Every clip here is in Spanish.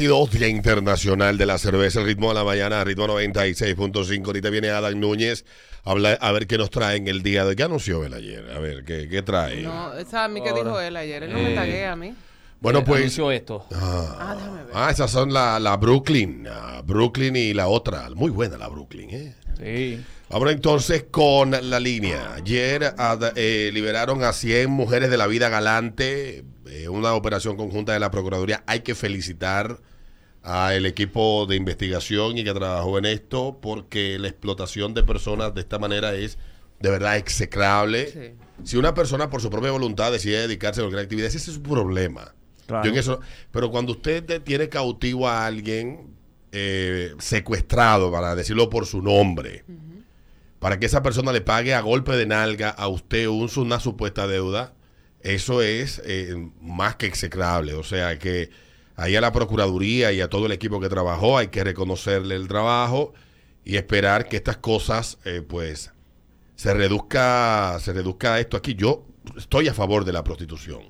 22, Día Internacional de la Cerveza, el ritmo de la mañana, ritmo 96.5. Ahorita viene Adam Núñez a ver qué nos trae en el día de hoy. ¿Qué anunció él ayer? A ver, ¿qué trae? No, esa a mí que dijo él ayer. Él no me taguea a mí. Bueno, pues. Anunció esto. Déjame ver. Esas son la Brooklyn. Brooklyn y la otra. Muy buena la Brooklyn, ¿eh? Sí. Vamos entonces con la línea. Ayer liberaron a 100 mujeres de la vida galante. Una operación conjunta de la Procuraduría. Hay que felicitar al equipo de investigación y que trabajó en esto, porque la explotación de personas de esta manera es de verdad execrable. Sí. Si una persona por su propia voluntad decide dedicarse a cualquier actividad, ese es su problema. Claro. Pero cuando usted tiene cautivo a alguien secuestrado, para decirlo por su nombre, para que esa persona le pague a golpe de nalga a usted una supuesta deuda, eso es más que execrable. O sea que ahí a la Procuraduría y a todo el equipo que trabajó hay que reconocerle el trabajo y esperar que estas cosas pues se reduzca esto aquí. Yo estoy a favor de la prostitución.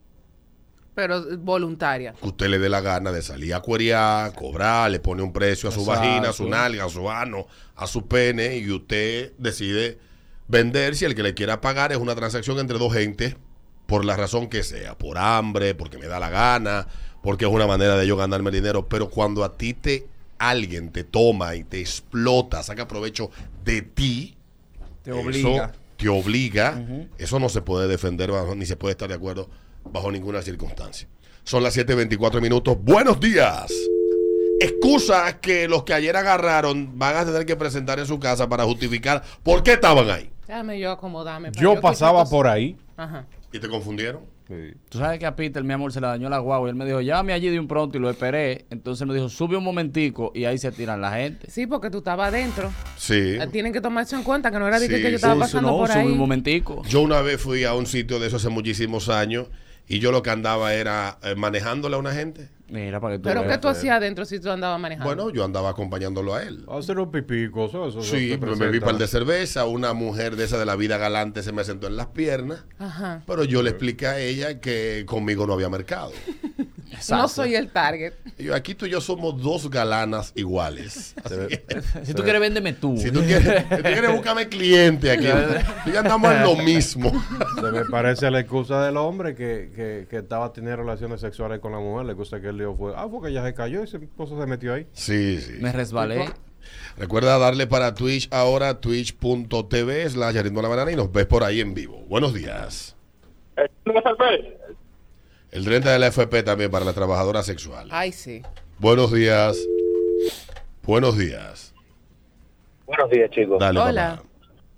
Pero voluntaria. Que usted le dé la gana de salir a cuerear, cobrar, le pone un precio a su vagina, a su nalga, a su ano, a su pene, y usted decide vender. Si el que le quiera pagar es una transacción entre dos gentes, por la razón que sea, por hambre, porque me da la gana, porque es una manera de yo ganarme dinero. Pero cuando a ti alguien te toma y te explota, saca provecho de ti, te obliga, eso no se puede defender ni se puede estar de acuerdo bajo ninguna circunstancia. Son las 7:24 minutos. ¡Buenos días! Excusas que los que ayer agarraron van a tener que presentar en su casa para justificar por qué estaban ahí. Déjame yo acomodarme. Yo pasaba por ahí. Ajá. ¿Y te confundieron? Sí. Tú sabes que a Peter, mi amor, se le dañó la guagua y él me dijo, llámame allí de un pronto, y lo esperé. Entonces me dijo, sube un momentico, y ahí se tiran la gente. Sí, porque tú estabas adentro. Sí. Tienen que tomar eso en cuenta, que no era de Sí, que yo estaba pasando por ahí. Sube un momentico. Yo una vez fui a un sitio de eso hace muchísimos años y yo lo que andaba era manejándole a una gente. Mira, para que tú ¿Pero veas. qué tú hacías adentro si tú andabas manejando? Bueno, yo andaba acompañándolo a él. Hacer un pipico, eso Sí, me bebí par de cerveza, una mujer de esa de la vida galante se me sentó en las piernas, Ajá. pero yo le expliqué a ella que conmigo no había mercado. No soy el target. Y yo, aquí tú y yo somos dos galanas iguales. Si tú quieres, véndeme tú. Si tú quieres buscarme cliente aquí, tú ya andamos en lo mismo. Se me parece la excusa del hombre que estaba teniendo relaciones sexuales con la mujer. La excusa que él dijo fue que ella se cayó y su esposo se metió ahí. Sí. Me resbalé. Recuerda darle para Twitch ahora, twitch.tv/ritmo de la mañana, y nos ves por ahí en vivo. Buenos días. El 30 de la FP también para las trabajadoras sexuales. Ay, sí. Buenos días. Buenos días. Buenos días, chicos. Dale, Hola. papá.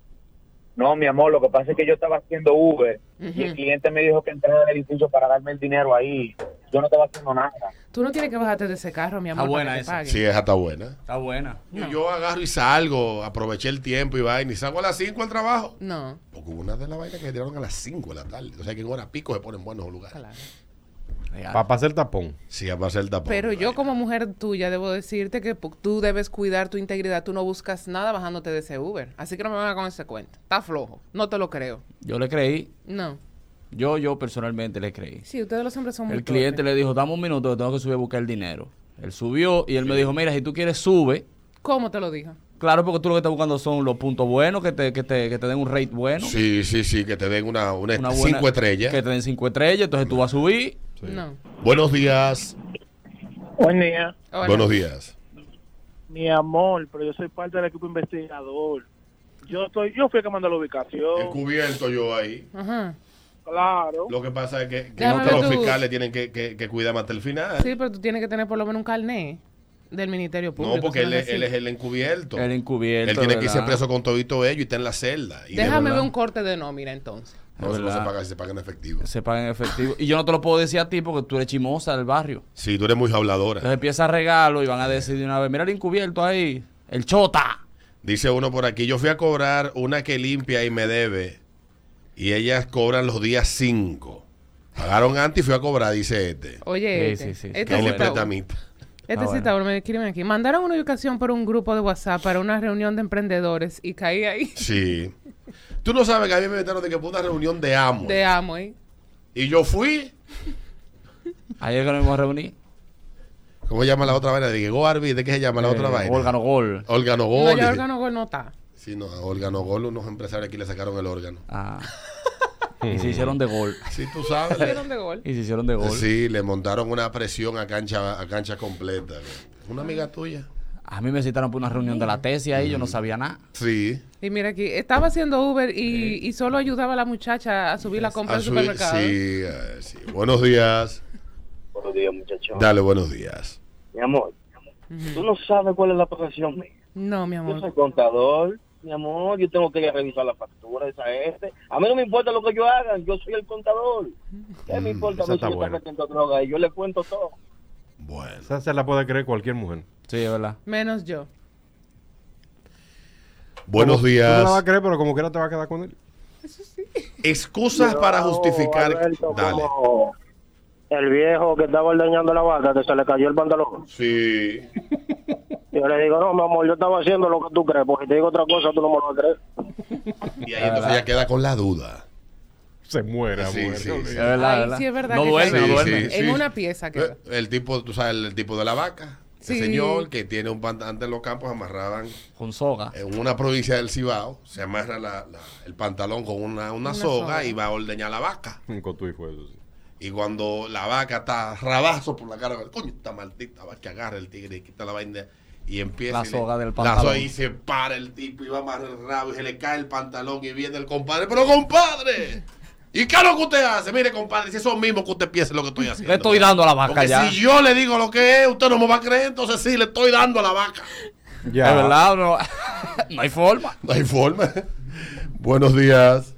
No, mi amor, lo que pasa es que yo estaba haciendo Uber y el cliente me dijo que entrara al edificio para darme el dinero ahí. Yo no estaba haciendo nada. Tú no tienes que bajarte de ese carro, mi amor, buena para que te esa. paguen. Sí, esa está buena. Está buena. No. Yo agarro y salgo, aproveché el tiempo y vaina, y salgo a las 5 al trabajo. No, Porque hubo una de las vainas que se tiraron a las 5 de la tarde. O sea que en hora pico se ponen buenos lugares. claro. Para pasar el tapón. Sí, a pasar el tapón. Pero yo vaina. como mujer tuya debo decirte que tú debes cuidar tu integridad. Tú no buscas nada bajándote de ese Uber. Así que no me vengas con ese cuento. Está flojo. No te lo creo. Yo le creí. No. Yo personalmente le creí. Sí, ustedes los hombres son muy El cliente torpes. le dijo, dame un minuto que tengo que subir a buscar el dinero. Él subió y él me dijo, mira, si tú quieres sube. ¿Cómo te lo dijo? Claro, porque tú lo que estás buscando son los puntos buenos, que te den un rate bueno. Sí, que te den una Una 5 estrellas. Que te den 5 estrellas, entonces tú vas a subir. Sí. No. Buenos días. Buen día, Hola. Buenos días. mi amor, pero yo soy parte del equipo investigador. Yo fui el que mandó la ubicación. Encubierto yo ahí. Ajá. Claro. Lo que pasa es que Déjame los ver tu- fiscales tienen que cuidarme hasta el final. Sí, pero tú tienes que tener por lo menos un carnet del Ministerio Público. No, porque eso él, no es él así. es el encubierto. El encubierto. Él tiene que irse ¿verdad? preso con todito ello y está en la celda. Y de Déjame verdad, ver un corte de nómina entonces. No, eso no se ¿verdad? paga, se paga en efectivo. Se paga en efectivo. Y yo no te lo puedo decir a ti porque tú eres chimosa del barrio. Sí, tú eres muy habladora. Entonces empieza a regalo y van a decir de una vez, mira el encubierto ahí, el chota. Dice uno por aquí, yo fui a cobrar una que limpia y me debe. Y ellas cobran los días 5. Pagaron antes y fui a cobrar, dice este. Oye, Sí, sí. Que este él sí le está presta bueno. mitad. Este sí bueno. está bueno, me escriben aquí. Mandaron una ubicación por un grupo de WhatsApp para una reunión de emprendedores y caí ahí Sí. Tú no sabes que a mí me metieron de que fue una reunión de amo. de amo, ¿eh? Y yo fui. Ayer que nos íbamos a reunir. ¿Cómo se llama la otra vaina? Dije, Goarbi, ¿de qué se llama la otra vaina? Órgano Gol. Órgano No, Gol. ya órgano gol no está. Sí, no, a órgano Gol, unos empresarios aquí le sacaron el órgano. Ah. Y se hicieron de gol. Sí, tú sabes. Hicieron de gol. Y se hicieron de gol. Sí, le montaron una presión a cancha completa. Una amiga tuya. A mí me citaron por una reunión de la tesis ahí, yo no sabía nada. Sí. Y mira aquí, estaba haciendo Uber y solo ayudaba a la muchacha a subir la compra al supermercado. Sí. Buenos días. Buenos días, muchachos. Dale, buenos días. Mi amor, tú no sabes cuál es la profesión mía. No, mi Yo soy amor. contador, mi amor. Yo tengo que ir a revisar la factura de esa gente. A mí no me importa lo que yo haga, yo soy el contador. ¿Qué me importa a esa mí si está yo buena. estoy metiendo droga? Y yo le cuento todo. Bueno. Esa se la puede creer cualquier mujer. Sí, es verdad. Menos yo. Buenos Tú no la vas días. a creer, pero como quiera te va a quedar con él. Excusas para justificar. Alberto, Dale. como el viejo que estaba ordeñando la vaca, que se le cayó el pantalón. Sí. Yo le digo, no, mi amor, yo estaba haciendo lo que tú crees, porque si te digo otra cosa, tú no me lo vas a creer. Y ahí entonces ya queda con la duda. Se muere, Sí, muere. sí, Es sí. verdad, Ay, verdad. sí, es verdad No que duerme, sí, no duerme. En una pieza queda. El tipo, tú sabes, el tipo de la vaca. Sí. El señor que tiene un pantalón antes en los campos amarraban Con soga. en una provincia del Cibao, se amarra el pantalón con una soga soga. y va a ordeñar la vaca. Un cotuí fue eso, sí. Y cuando la vaca está rabazo por la cara, coño, esta maldita va que agarra el tigre y quita la vaina y empieza. La y soga del La pantalón. soga y se para el tipo y va a amarrar el rabo y se le cae el pantalón y viene el compadre. ¡Pero compadre! ¿Y qué es lo que usted hace? Mire, compadre, si eso mismo que usted piensa es lo que estoy haciendo. Le estoy dando a la vaca Porque ya. si yo le digo lo que es, usted no me va a creer, entonces sí, le estoy dando a la vaca. Ya. Es verdad, no, no hay forma. No hay forma. Buenos días.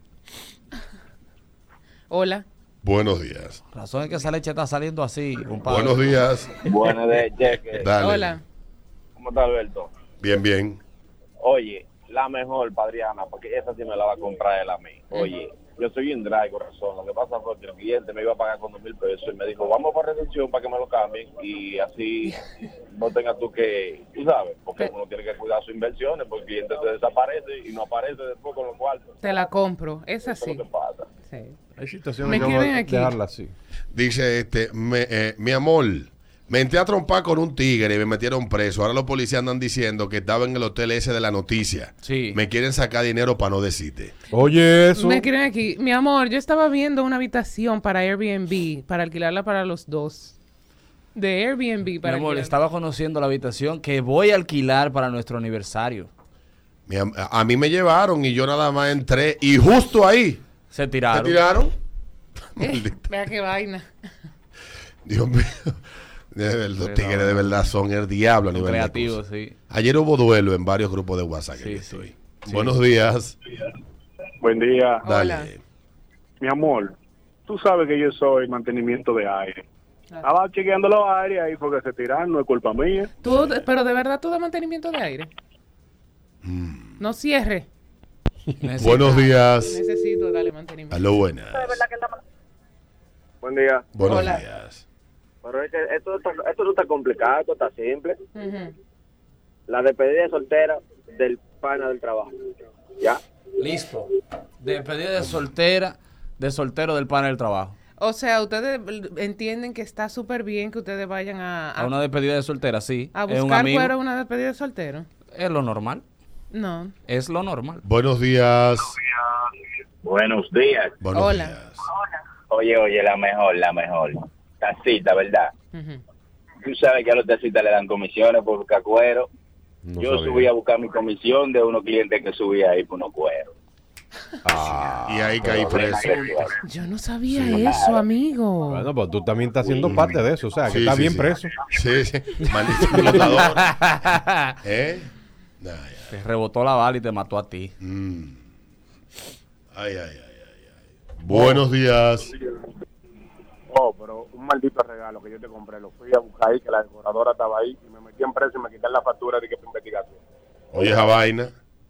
Hola. Buenos días. La razón es que esa leche está saliendo así, compadre. Buenos días. Buenas de Cheque. Dale. Hola. ¿Cómo está, Alberto? Bien, bien. Oye, la mejor, Padriana, porque esa sí me la va a comprar él a mí. Oye, yo soy un drive, corazón. Lo que pasa fue que el cliente me iba a pagar con 2,000 pesos y me dijo, vamos por reducción para que me lo cambien y así no tengas tú que, tú sabes, porque uno tiene que cuidar sus inversiones, porque el cliente se desaparece y no aparece después con los cuartos. Te la compro. Es Eso es así. lo que pasa. Sí. Hay situaciones Me que quieren vamos a aquí. dejarla así. Dice mi amor, me entré a trompar con un tigre y me metieron preso. Ahora los policías andan diciendo que estaba en el hotel ese de la noticia. Sí. Me quieren sacar dinero para no decirte. Oye, eso. Me quieren aquí. Mi amor, yo estaba viendo una habitación para Airbnb, para alquilarla para los dos. De Airbnb Mi para amor, alquilar. estaba conociendo la habitación que voy a alquilar para nuestro aniversario. A mí me llevaron y yo nada más entré y justo ahí Se se tiraron. tiraron. Maldita. Vea qué vaina. Dios mío. Los tigres de verdad son el diablo a Son nivel de creativos, cosas. sí. Ayer hubo duelo en varios grupos de WhatsApp. que Sí, yo sí. estoy. Sí. Buenos días. Buen día. Dale. Hola. Mi amor, tú sabes que yo soy mantenimiento de aire. Estaba chequeando los aires ahí porque se tiraron, no es culpa mía. Pero de verdad tú das mantenimiento de aire. No cierre. Buenos días. Necesito darle mantenimiento. Aló, buenas. Buen día. Buenos Hola. días. Pero es que esto no está complicado, esto está simple. Ujú. La despedida de soltera del pana del trabajo. ¿Ya? Listo. Despedida de soltera, de soltero del panel del trabajo. O sea, ustedes entienden que está súper bien que ustedes vayan A una despedida de soltera, sí. a Es un buscar amigo. fuera una despedida de soltero. Es lo normal. No. Es lo normal. Buenos días. Buenos días. Buenos Hola. días. Oye, la mejor. Tacita, ¿verdad? Ujú. Tú sabes que a los tacitas le dan comisiones por buscar cuero. No Yo sabía. subí a buscar mi comisión de unos clientes que subía ahí por unos cueros. Ah, Y ahí caí preso. Yo no sabía eso, amigo. bueno, pues tú también estás siendo parte de eso. O sea, que Sí, estás sí, bien sí. preso. Sí, sí. Maldito explotador. ¿Eh? Nah, ya. Te rebotó la bala y te mató a ti. Ay. Buenos días. Oh, pero un maldito regalo que yo te compré. Lo fui a buscar ahí, que la decoradora estaba ahí y me metí en preso y me quité la factura de que fue investigación. Oye esa vaina.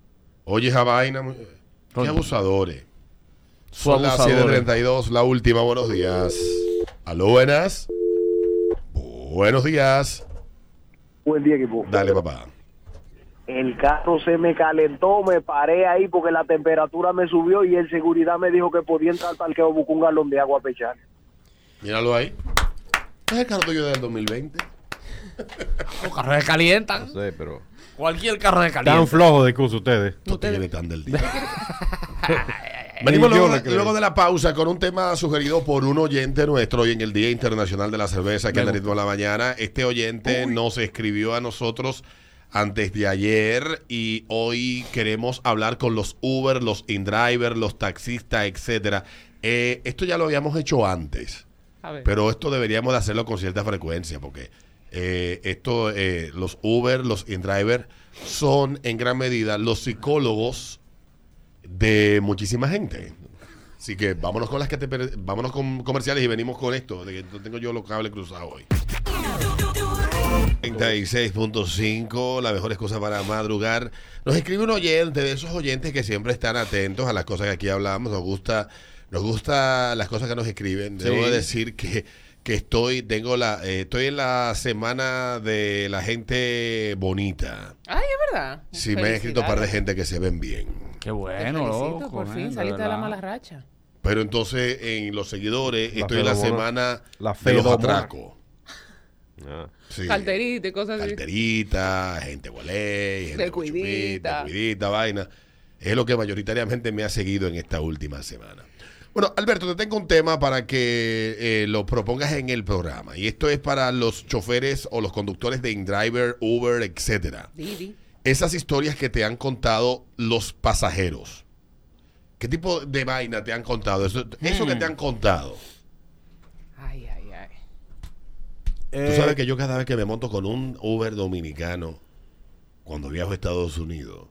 Qué Coño. abusadores. Su Son las abusadores. 7:32, la última. Buenos días. Aló, buenas. Buenos días. Buen día, equipo. Dale, papá. El carro se me calentó, me paré ahí porque la temperatura me subió y el seguridad me dijo que podía entrar al parqueo a buscar un galón de agua a pechar. Míralo ahí. ¿Es el carro tuyo del 2020? Los carros se calientan. No sé, pero... Cualquier carro se calienta. Tan flojos de curso ustedes. No te viene tan del día. Venimos luego de la pausa con un tema sugerido por un oyente nuestro hoy en el Día Internacional de la Cerveza, que es el ritmo de la mañana. Este oyente nos escribió a nosotros antes de ayer y hoy queremos hablar con los Uber, los InDriver, los taxistas, etcétera. Esto ya lo habíamos hecho antes, pero esto deberíamos de hacerlo con cierta frecuencia porque los Uber, los InDriver son en gran medida los psicólogos de muchísima gente. Así que vámonos con vámonos con comerciales y venimos con esto, de que tengo yo los cables cruzados hoy. 36.5, la mejor excusa para madrugar. Nos escribe un oyente, de esos oyentes que siempre están atentos a las cosas que aquí hablamos. Nos gusta las cosas que nos escriben. Debo de decir que estoy en la semana de la gente bonita. Ay, es verdad. Sí, me han escrito un par de gente que se ven bien. Qué Te bueno, felicito, loco. por fin saliste de la mala racha. Pero entonces en los seguidores La estoy en la fedomona. semana La de los fedomona. atracos. Ah. Sí. Carterita y cosas así. Carterita, gente huele, gente De cuidita. cuidita, vaina. Es lo que mayoritariamente me ha seguido en esta última semana. Bueno, Alberto, te tengo un tema para que lo propongas en el programa. Y esto es para los choferes o los conductores de InDriver, Uber, etcétera. Didi. Esas historias que te han contado los pasajeros. ¿Qué tipo de vaina te han contado? Eso que te han contado. Ay, ay, ay. Tú sabes que yo cada vez que me monto con un Uber dominicano, cuando viajo a Estados Unidos,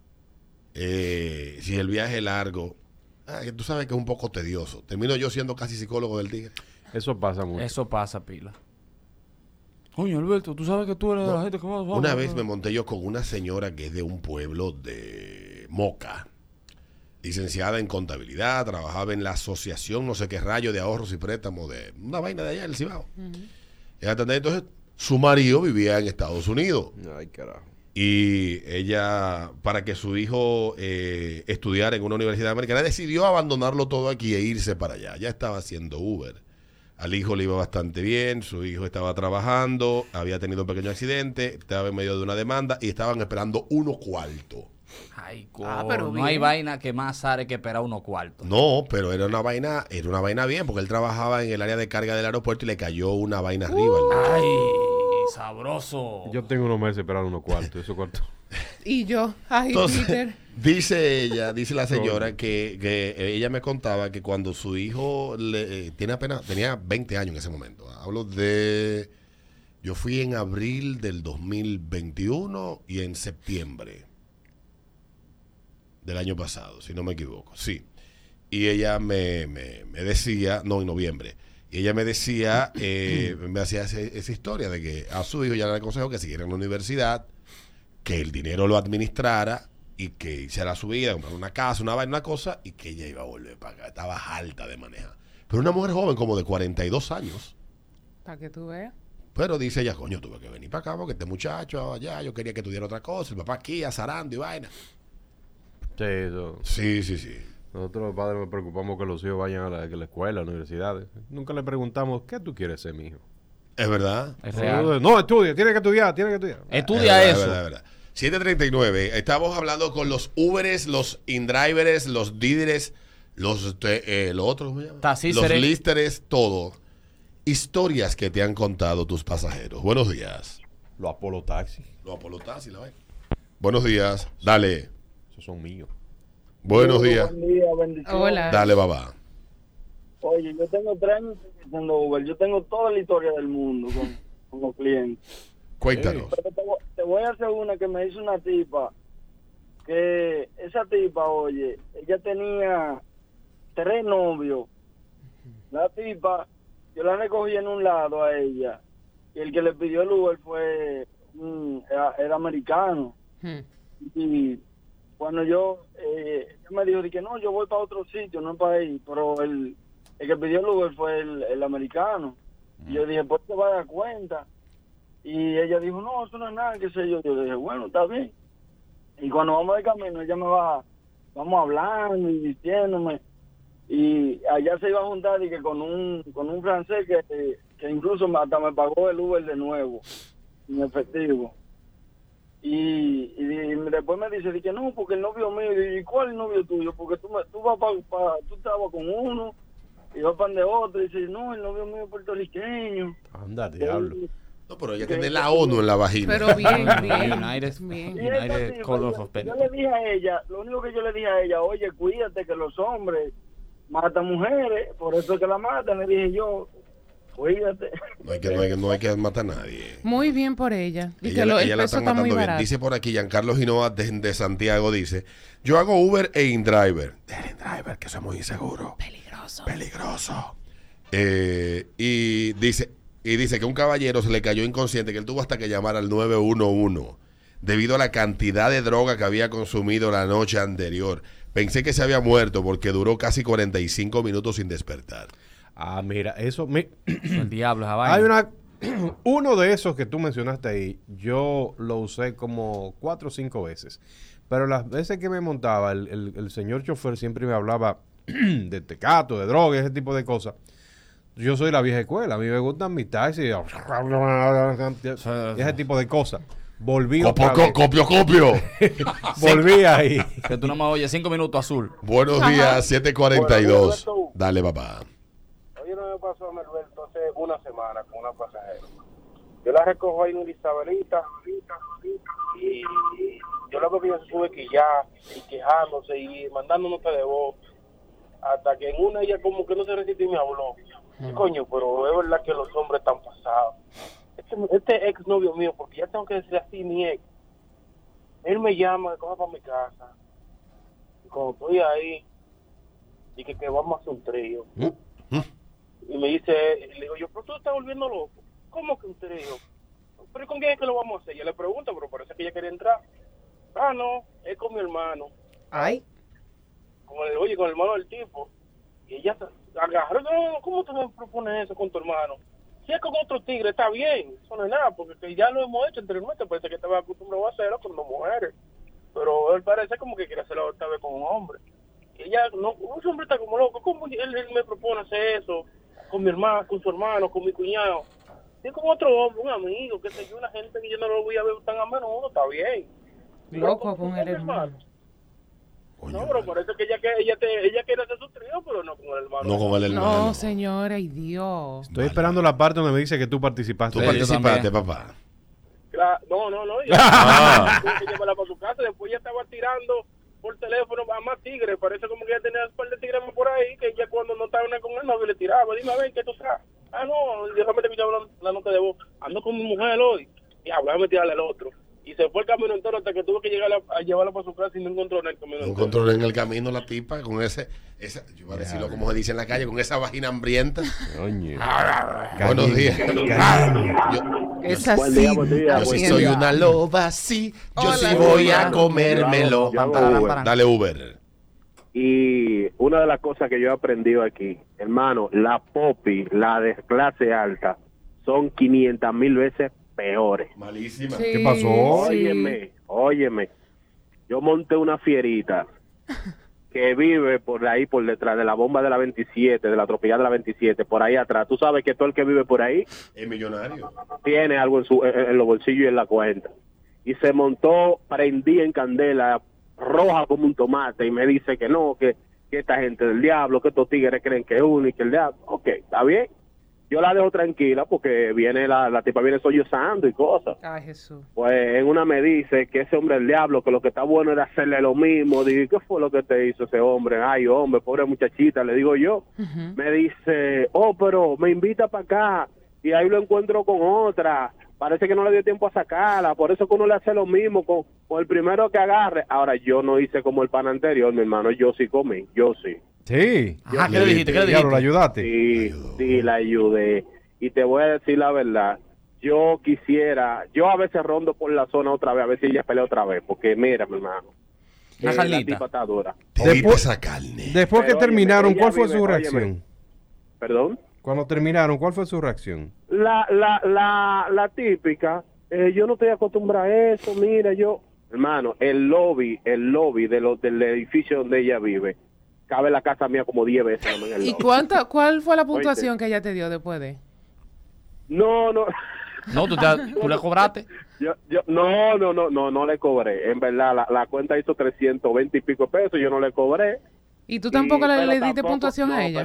si el viaje es largo, tú sabes que es un poco tedioso. Termino yo siendo casi psicólogo del tigre. Eso pasa mucho. Eso pasa, pila. Coño, Alberto, tú sabes que tú eres de la gente que más... Una vez me monté yo con una señora que es de un pueblo de Moca, licenciada en contabilidad, trabajaba en la asociación, no sé qué rayo, de ahorros y préstamos, de una vaina de allá del Cibao. Entonces, su marido vivía en Estados Unidos. Ay, carajo. Y ella, para que su hijo estudiara en una universidad americana, decidió abandonarlo todo aquí e irse para allá. Ya estaba haciendo Uber. Al hijo le iba bastante bien, su hijo estaba trabajando, había tenido un pequeño accidente, estaba en medio de una demanda y estaban esperando unos cuartos. Ay, pero no bien. hay vaina que más sare que esperar unos cuartos. No, pero era una vaina bien, porque él trabajaba en el área de carga del aeropuerto y le cayó una vaina arriba. Ay, sabroso. Yo tengo unos meses esperando unos cuartos. Esos cuartos. Y yo, ay, Entonces, Peter. dice la señora que ella me contaba que cuando su hijo tenía 20 años en ese momento. Yo fui en abril del 2021 y en septiembre del año pasado, si no me equivoco. Sí. Y ella me decía, no, en noviembre. Y ella me decía, me hacía esa historia de que a su hijo ya le aconsejó que siguiera en la universidad, que el dinero lo administrara y que hiciera su vida, comprar una casa, una vaina, una cosa, y que ella iba a volver para acá. Estaba alta de manejar. Pero una mujer joven, como de 42 años. Para que tú veas. Pero dice ella, coño, tuve que venir para acá porque este muchacho allá, yo quería que tuviera otra cosa, el papá aquí, azarando y vaina. Sí, eso. Sí. Nosotros los padres nos preocupamos que los hijos vayan a la escuela, a las universidades. Nunca le preguntamos, ¿qué tú quieres ser, mi hijo? Es verdad. Es real. No, estudia, tiene que estudiar. Estudia Es eso. verdad. 7:39. Estamos hablando con los Uberes, los InDriveres, los Díderes, los otros, ¿cómo se llama? Taxíceres. Los Listeres, todo. Historias que te han contado tus pasajeros. Buenos días. Los Apolo Taxi. Los Apolo Taxi, la vaina. Buenos días. Dale. Esos son míos. Buenos días. Buen día, bendiciones. Hola. Dale, babá. Oye, yo tengo 3 años haciendo Uber. Yo tengo toda la historia del mundo con los clientes. Cuéntanos. Pero te voy a hacer una que me hizo una tipa. Que esa tipa, oye, ella tenía 3 novios. La tipa, yo la recogí en un lado a ella. Y el que le pidió el Uber fue era americano. Y cuando yo me dijo de que no, yo voy para otro sitio, no para ahí, pero el que pidió el Uber fue el americano. Y yo dije, pues te vas a dar cuenta. Y ella dijo, no, eso no es nada, qué sé yo. Yo le dije, bueno, está bien. Y cuando vamos de camino, ella vamos hablando y diciéndome. Y allá se iba a juntar y que con un francés que incluso hasta me pagó el Uber de nuevo. en efectivo. Y después me dice que no, porque el novio mío, ¿y cuál es el novio tuyo? Porque tú estabas con uno y vas para de otro, y dice, no, el novio mío es puertorriqueño. Anda, diablo. No, pero ella tiene la ONU en la vagina. Pero bien, bien. United, bien. Y esa United tipa, Code of yo Penal. le dije a ella, lo único que yo le dije a ella, oye, cuídate que los hombres matan mujeres, por eso es que la matan, le dije yo, cuídate. No hay que matar a nadie. Muy bien por ella. Y Ella que la el peso están está muy matando bien. barato. Dice por aquí Giancarlo Ginoa de Santiago, dice, yo hago Uber e InDriver. El InDriver, que eso es muy inseguro. Peligroso. Y dice que un caballero se le cayó inconsciente, que él tuvo hasta que llamar al 911 debido a la cantidad de droga que había consumido la noche anterior. Pensé que se había muerto porque duró casi 45 minutos sin despertar. Ah, mira, eso... El diablo, esa vaina. Hay uno de esos que tú mencionaste ahí, yo lo usé como 4 o 5 veces. Pero las veces que me montaba, el señor chofer siempre me hablaba de tecato, de droga, ese tipo de cosas. Yo soy la vieja escuela, a mí me gustan mis taxis, ese tipo de cosas. Volví otra vez. Copio. Volví ahí. Que tú nomás oyes 5 minutos azul. Buenos días, 7:42. Dale, papá. Oye, no me pasó a Melberto hace una semana con una pasajera. Yo la recojo ahí en Isabelita y yo lo que se sube que ya, y quejándose y mandando nota de voz, hasta que en una ella como que no se resistió y me habló. Coño, pero es verdad que los hombres están pasados. Este ex novio mío, porque ya tengo que decir así, mi ex, él me llama, me coge para mi casa, y cuando estoy ahí, y que vamos a hacer un trío. Y me dice, le digo yo, pero tú estás volviendo loco. ¿Cómo que un trío? ¿Pero con quién es que lo vamos a hacer? Yo le pregunto, pero parece que ella quería entrar. Ah, no, es con mi hermano. Ay. Con el hermano del tipo. Y ella se agarró, no, ¿cómo te me propones eso con tu hermano? Si es con otro tigre, está bien, eso no es nada, porque ya lo hemos hecho anteriormente, parece que estaba acostumbrado a hacerlo con dos mujeres. Pero él parece como que quiere hacerlo esta vez con un hombre. Y ella, no, un hombre está como loco, ¿cómo él me propone hacer eso? Con mi hermano, con su hermano, con mi cuñado. Si es con otro hombre, un amigo, que sé yo, una gente que yo no lo voy a ver tan a menudo, está bien. Loco con el hermano. No, pero parece que ella quiere hacer su trío, pero no con el hermano. No con el hermano. No, señora, ay Dios. Estoy esperando la parte donde me dice que tú participaste. Tú Sí, yo participaste, también. papá. No. Tuve que llevarla para su casa. Después ella estaba tirando por teléfono a más tigres. Parece como que ella tenía un par de tigres por ahí, que ella cuando no estaba con el novio le tiraba. Dime a ver, ¿qué tú sabes? Ah, no, déjame te escuchar la nota de voz. Ando con mi mujer hoy. Y déjame tirarle al otro. Y se fue el camino entero hasta que tuve que llegar a llevarla para su casa y no encontró en el camino No entero. encontró en el camino la tipa con esa, yo iba a decirlo como se dice en la calle, con esa vagina hambrienta. Coño. Buenos días. Es así. Yo sí soy una loba, sí. Yo Hola, sí voy a Uber. comérmelo. Dale, Uber. Y una de las cosas que yo he aprendido aquí, hermano, la popi, la de clase alta, son 500,000 veces peores. Malísima. Sí, ¿Qué pasó? sí. Óyeme, yo monté una fierita que vive por ahí, por detrás de la bomba de la 27, de la atropellada de la 27, por ahí atrás. Tú sabes que todo el que vive por ahí Es millonario. tiene algo en los bolsillos y en la cuenta. Y se montó, prendí en candela, roja como un tomate, y me dice que no, que esta gente del diablo, que estos tigres creen que es uno y que el diablo. Ok, está bien. Yo la dejo tranquila porque viene la tipa viene sollozando y cosas. Ay, Jesús. Pues en una me dice que ese hombre el diablo, que lo que está bueno era hacerle lo mismo. Digo, ¿qué fue lo que te hizo ese hombre? Ay, hombre, pobre muchachita, le digo yo. Me dice, pero me invita para acá y ahí lo encuentro con otra. Parece que no le dio tiempo a sacarla, por eso que uno le hace lo mismo con el primero que agarre. Ahora, yo no hice como el pan anterior, mi hermano, yo sí comí, yo sí. Sí. Ajá, ¿qué le dijiste? ¿Qué le Diablo, ¿la dijiste? ayudaste? Sí, la ayudé. Y te voy a decir la verdad, yo a veces rondo por la zona otra vez, a ver si ella pelea otra vez, porque mira, mi hermano, Una la carnita. tipa está dura. Después esa carne. Después que Pero, terminaron, óyeme, ¿cuál ella fue vive, su óyeme. reacción? ¿Perdón? Cuando terminaron, ¿cuál fue su reacción? La típica, yo no estoy acostumbrada a eso, mira, hermano, el lobby del edificio donde ella vive, cabe la casa mía como 10 veces. En el ¿Y lobby. cuál fue la puntuación que ella te dio después de? No, No, tú le cobraste. No le cobré. En verdad, la cuenta hizo 320 y pico pesos, yo no le cobré. ¿Y tú tampoco le diste tampoco, puntuación a ella?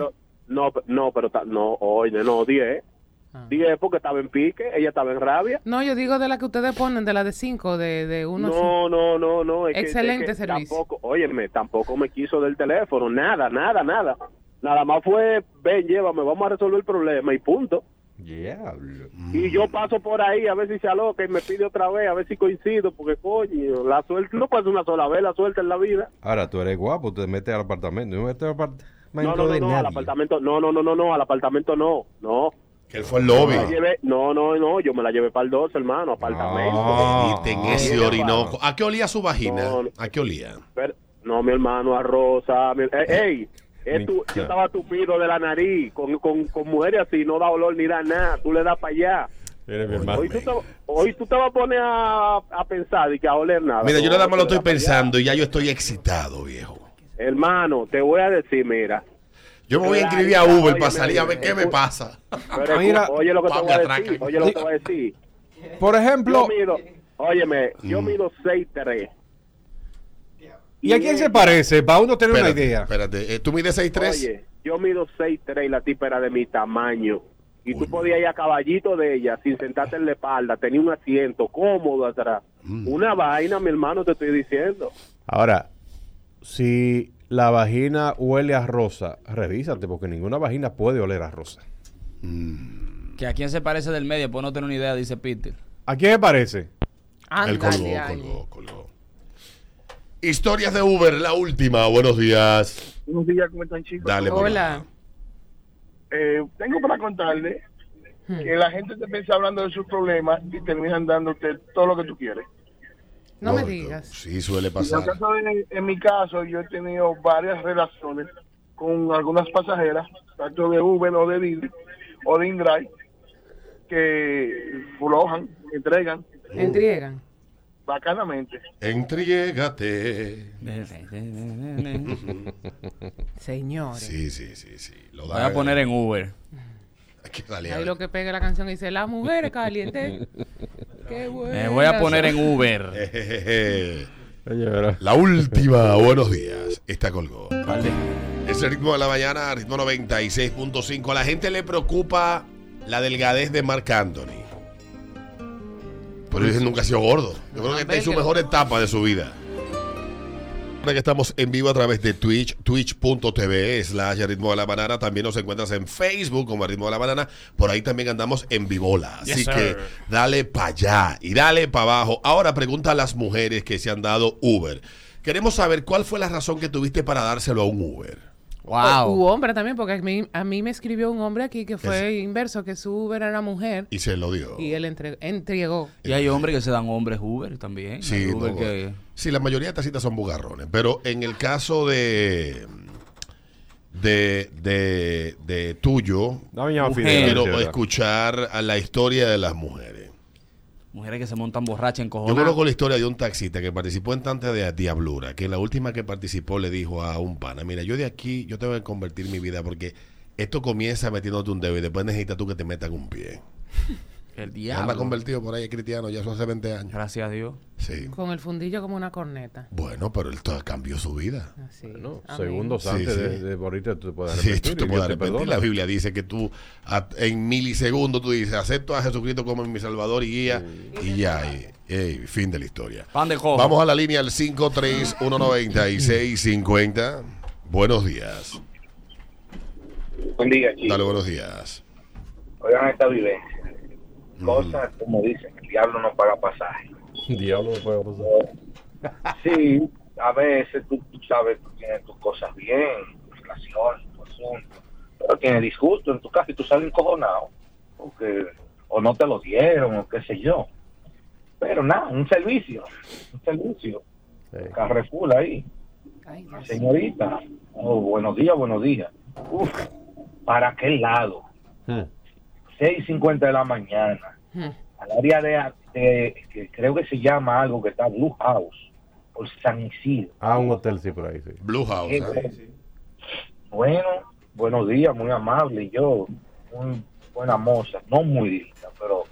Pero 10. 10 porque estaba en pique, ella estaba en rabia. No, yo digo de la que ustedes ponen, de la de 5, de 1. No. Excelente servicio. Tampoco me quiso del teléfono, nada. Nada más fue, ven, llévame, vamos a resolver el problema y punto. Diablo. Y yo paso por ahí a ver si se aloca y me pide otra vez, a ver si coincido, porque coño, la suerte no pasa una sola vez, la suerte en la vida. Ahora, tú eres guapo, te metes al apartamento. No metes al apartamento No, al apartamento, al apartamento no. Que él fue el lobby. Yo me la llevé para el 12, hermano, apartamento. Veniste en ese Orinoco. ¿A qué olía su vagina? ¿A qué olía? No, mi hermano, a rosa. Yo estaba tupido de la nariz, con mujeres así, no da olor ni da nada, tú le das para allá. Hoy tú te vas a poner a pensar y que a oler nada. Mira, yo nada más lo estoy pensando y ya yo estoy excitado, viejo. Hermano, te voy a decir, mira. Yo me voy a inscribir a Uber para salir a ver qué me pasa. Pero mira, oye lo que te voy a decir, Por ejemplo, yo mido 6'3". ¿y a quién se parece? Para uno tener una idea. Espérate, ¿tú mides 6'3"? Oye, yo mido 6'3" y la tipa era de mi tamaño. Y tú podías ir a caballito de ella sin sentarte en la espalda. Tenía un asiento cómodo atrás. Una vaina, mi hermano, te estoy diciendo. Ahora, si la vagina huele a rosa, revísate, porque ninguna vagina puede oler a rosa. Que a quién se parece del medio, pues no tener una idea, dice Peter. ¿A quién se parece? Él colgó. Historias de Uber, la última. Buenos días. Buenos días, ¿cómo están, chicos? Dale, hola. Tengo para contarle que la gente te empieza hablando de sus problemas y terminan dándote todo lo que tú quieres. No me digas. Sí, suele pasar. En mi caso, yo he tenido varias relaciones con algunas pasajeras, tanto de Uber o de Didi o de InDrive, que flojan, entregan. Entregan. Bacanamente. Entrégate. Señores. Sí. Lo voy a poner en Uber. Ahí lo que pega la canción dice, las mujeres calientes. Qué bueno. Me voy a poner en Uber. La última. Buenos días. Esta colgó. Es el ritmo de la mañana, ritmo 96.5. A la gente le preocupa la delgadez de Marc Anthony. Pero él nunca ha sido gordo. Yo creo que está en su mejor etapa de su vida. Ahora que estamos en vivo a través de Twitch, twitch.tv/Ritmo de la Banana. También nos encuentras en Facebook como Ritmo de la Banana. Por ahí también andamos en Vivola. Así que dale para allá y dale para abajo. Ahora pregunta a las mujeres que se han dado Uber. Queremos saber cuál fue la razón que tuviste para dárselo a un Uber. Wow. U hombre también, porque a mí me escribió un hombre aquí que fue inverso, que su Uber era mujer. Y se lo dio. Y él entregó. Y hay hombres que se dan hombres Uber también. Sí, Uber sí, la mayoría de tacitas son bugarrones. Pero en el caso de tuyo, quiero escuchar a la historia de las mujeres. Mujeres que se montan borrachas en cojones. Yo conozco la historia de un taxista que participó en tanta de diablura, que en la última que participó le dijo a un pana, mira, yo de aquí, yo tengo que convertir mi vida porque esto comienza metiéndote un dedo y después necesitas tú que te metan un pie. El diablo. Anda convertido por ahí cristiano, ya eso hace 20 años. Gracias a Dios. Sí. Con el fundillo como una corneta. Bueno, pero él cambió su vida. Así. Bueno, segundos antes de morirte tú te puedes arrepentir. Sí, tú te puedes arrepentir. La Biblia dice que tú en milisegundos tú dices, acepto a Jesucristo como mi Salvador y guía y ya, fin de la historia. Pan de cojo. Vamos a la línea al 5319650. Buenos días. Buen día, chicos. Dale, buenos días. Oigan esta vivencia. Cosas, como dicen, el diablo no paga pasaje. Diablo no paga pasaje. Sí, a veces tú sabes, tú tienes tus cosas bien, tu relación, tu asunto, pero tienes disgusto en tu casa y tú sales encojonado, porque o no te lo dieron, o qué sé yo. Pero nada, un servicio. Carrefour ahí. Ay, señorita, buenos días. Uf, ¿para qué lado? 6:50 de la mañana, al área de que creo que se llama algo que está Blue House, por San Isidro. Un hotel sí por ahí, sí. Blue House. Bueno, buenos días, muy amable, yo, muy buena moza, no muy linda, pero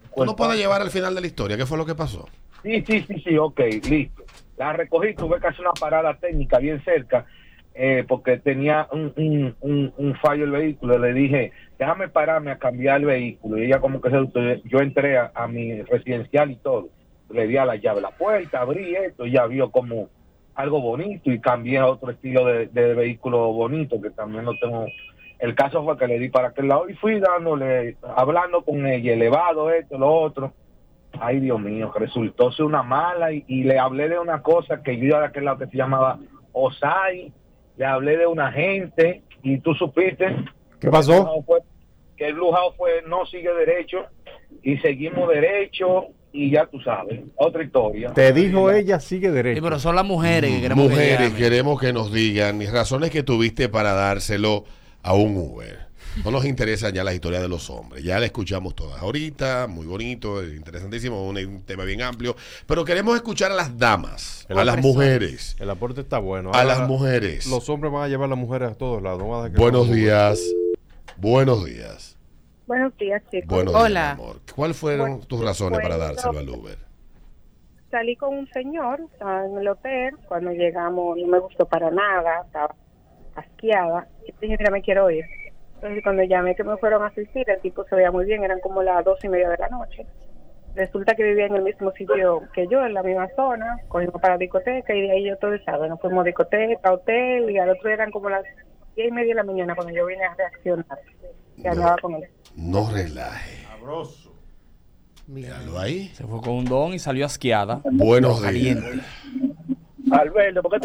¿Tú no puedes llevar al final de la historia? ¿Qué fue lo que pasó? Sí, ok, listo. La recogí, tuve que hacer una parada técnica bien cerca, porque tenía un fallo el vehículo. Le dije, déjame pararme a cambiar el vehículo. Y ella como que yo entré a mi residencial y todo. Le di a la llave la puerta, abrí esto, y ya vio como algo bonito y cambié a otro estilo de vehículo bonito, que también lo tengo. El caso fue que le di para aquel lado y fui hablando con ella, elevado esto, lo otro. Ay, Dios mío, resultó ser una mala y le hablé de una cosa que yo iba de aquel lado que se llamaba Osai, le hablé de una gente y tú supiste. ¿Qué pasó? Que el Blujao fue no sigue derecho y seguimos derecho y ya tú sabes, otra historia. Te dijo ella, sigue derecho. Sí, pero son las mujeres que queremos Mujeres, que queremos que nos digan las razones que tuviste para dárselo a un Uber. No nos interesan ya las historias de los hombres. Ya la escuchamos todas ahorita, muy bonito, interesantísimo, un tema bien amplio. Pero queremos escuchar a las damas, a las mujeres. El aporte está bueno. A las mujeres. Los hombres van a llevar a las mujeres a todos lados. No van a dejar que Buenos los días. Buenos días. Buenos días, chicos. Buenos Hola. días, mi amor. ¿Cuáles fueron tus razones para dárselo al Uber? Salí con un señor, estaba en el hotel. Cuando llegamos, no me gustó para nada, estaba asqueada. Y dije, mira, me quiero ir. Entonces, cuando llamé que me fueron a asistir, el tipo se veía muy bien, eran como las 2:30 de la noche. Resulta que vivía en el mismo sitio que yo, en la misma zona, cogimos para la discoteca y de ahí yo todo el sábado nos fuimos a discoteca, hotel, y al otro día eran como las 10:30 de la mañana cuando yo vine a reaccionar. Y andaba con él. No relaje. Míralo ahí. se fue con un don y salió asqueada. Buenos días. Caliente. Alberto, ¿por qué tú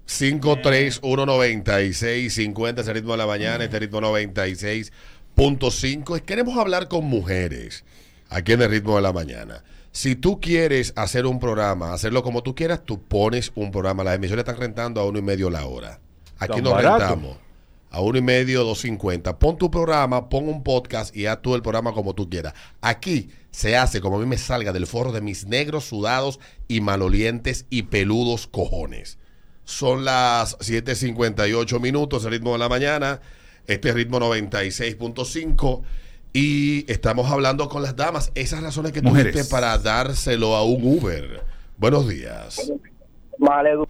5319650, ese ritmo de la mañana, este ritmo 96.5. Queremos hablar con mujeres aquí en el ritmo de la mañana. Si tú quieres hacer un programa, hacerlo como tú quieras, tú pones un programa. Las emisiones están rentando a $1.50 la hora. Aquí Tan nos barato. rentamos a $1.50, $2.50. Pon tu programa, pon un podcast y haz tú el programa como tú quieras. Aquí se hace como a mí me salga del forro de mis negros, sudados y malolientes y peludos cojones. Son las 7:58 minutos, el ritmo de la mañana, este ritmo 96.5, y estamos hablando con las damas, esas razones que Mujeres. tuviste para dárselo a un Uber. Buenos días. Maledu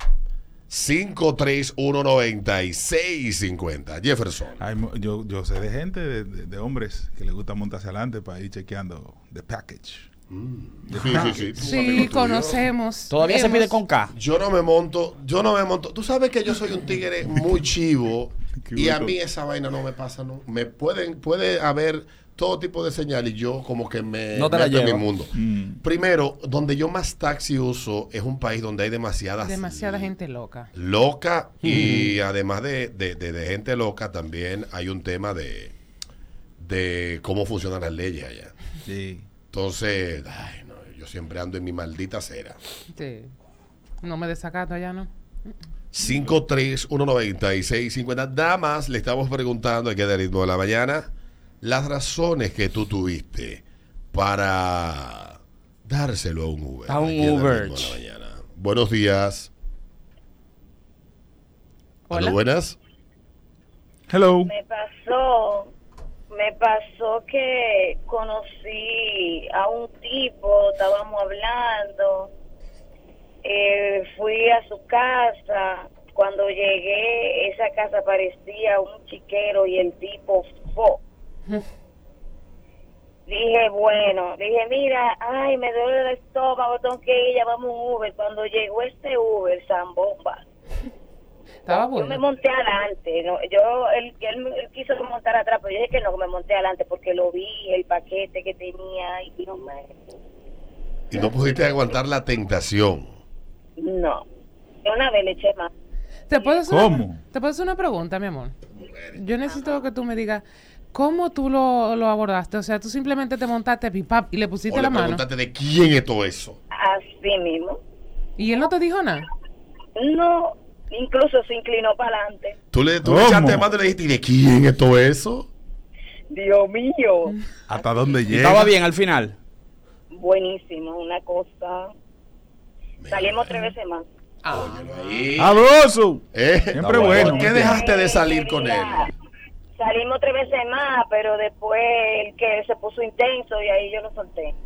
5319650. Jefferson. Yo sé de gente, de hombres que les gusta montarse adelante para ir chequeando the package. Sí, conocemos. Todavía se Hemos- pide con K. Yo no me monto. Tú sabes que yo soy un tigre muy chivo y a mí esa vaina no me pasa, ¿no? Puede haber todo tipo de señales y yo como que me No te la meto en mi lleva. mundo. Primero, donde yo más taxi uso es un país donde hay demasiada gente loca. loca y además de gente loca también hay un tema de cómo funcionan las leyes allá. Sí. Entonces, ay, no, yo siempre ando en mi maldita acera. Sí. No me desacato allá, ¿no? 5319650. Damas, le estamos preguntando aquí de ritmo de la mañana las razones que tú tuviste para dárselo a un Uber. A un aquí en el Uber. Ritmo de la mañana. Buenos días. Hola. ¿Aló, buenas? Hello. Me pasó que conocí a un tipo, estábamos hablando, fui a su casa, cuando llegué esa casa parecía un chiquero y el tipo dije, mira, ay, me duele el estómago, tengo que ir, llamamos un Uber. Cuando llegó este Uber, zambomba. Estaba Yo bueno. me monté adelante, ¿no? Él quiso que me montara atrás, pero yo dije que no, que me monté adelante porque lo vi, el paquete que tenía y no me... Y no pudiste aguantar la tentación. No, de una vez le eché más. ¿Te puedo hacer ¿Cómo? Te puedo hacer una pregunta, mi amor. Yo necesito que tú me digas cómo tú lo abordaste. O sea, tú simplemente te montaste pipap y le pusiste O la le mano. preguntaste de quién es todo eso. Así mismo. Y él no te dijo nada. No, incluso se inclinó para adelante. Tú le ¿Cómo? echaste mano y le dijiste, ¿y de quién es todo eso? Dios mío, ¿Hasta dónde ¿Y llega? estaba bien al final? buenísimo, una cosa. Salimos 3 veces más. Ahí. ¡Sabroso! Siempre bueno. ¿Por qué dejaste de salir con él? Salimos 3 veces más, pero después el que se puso intenso y ahí yo lo solté.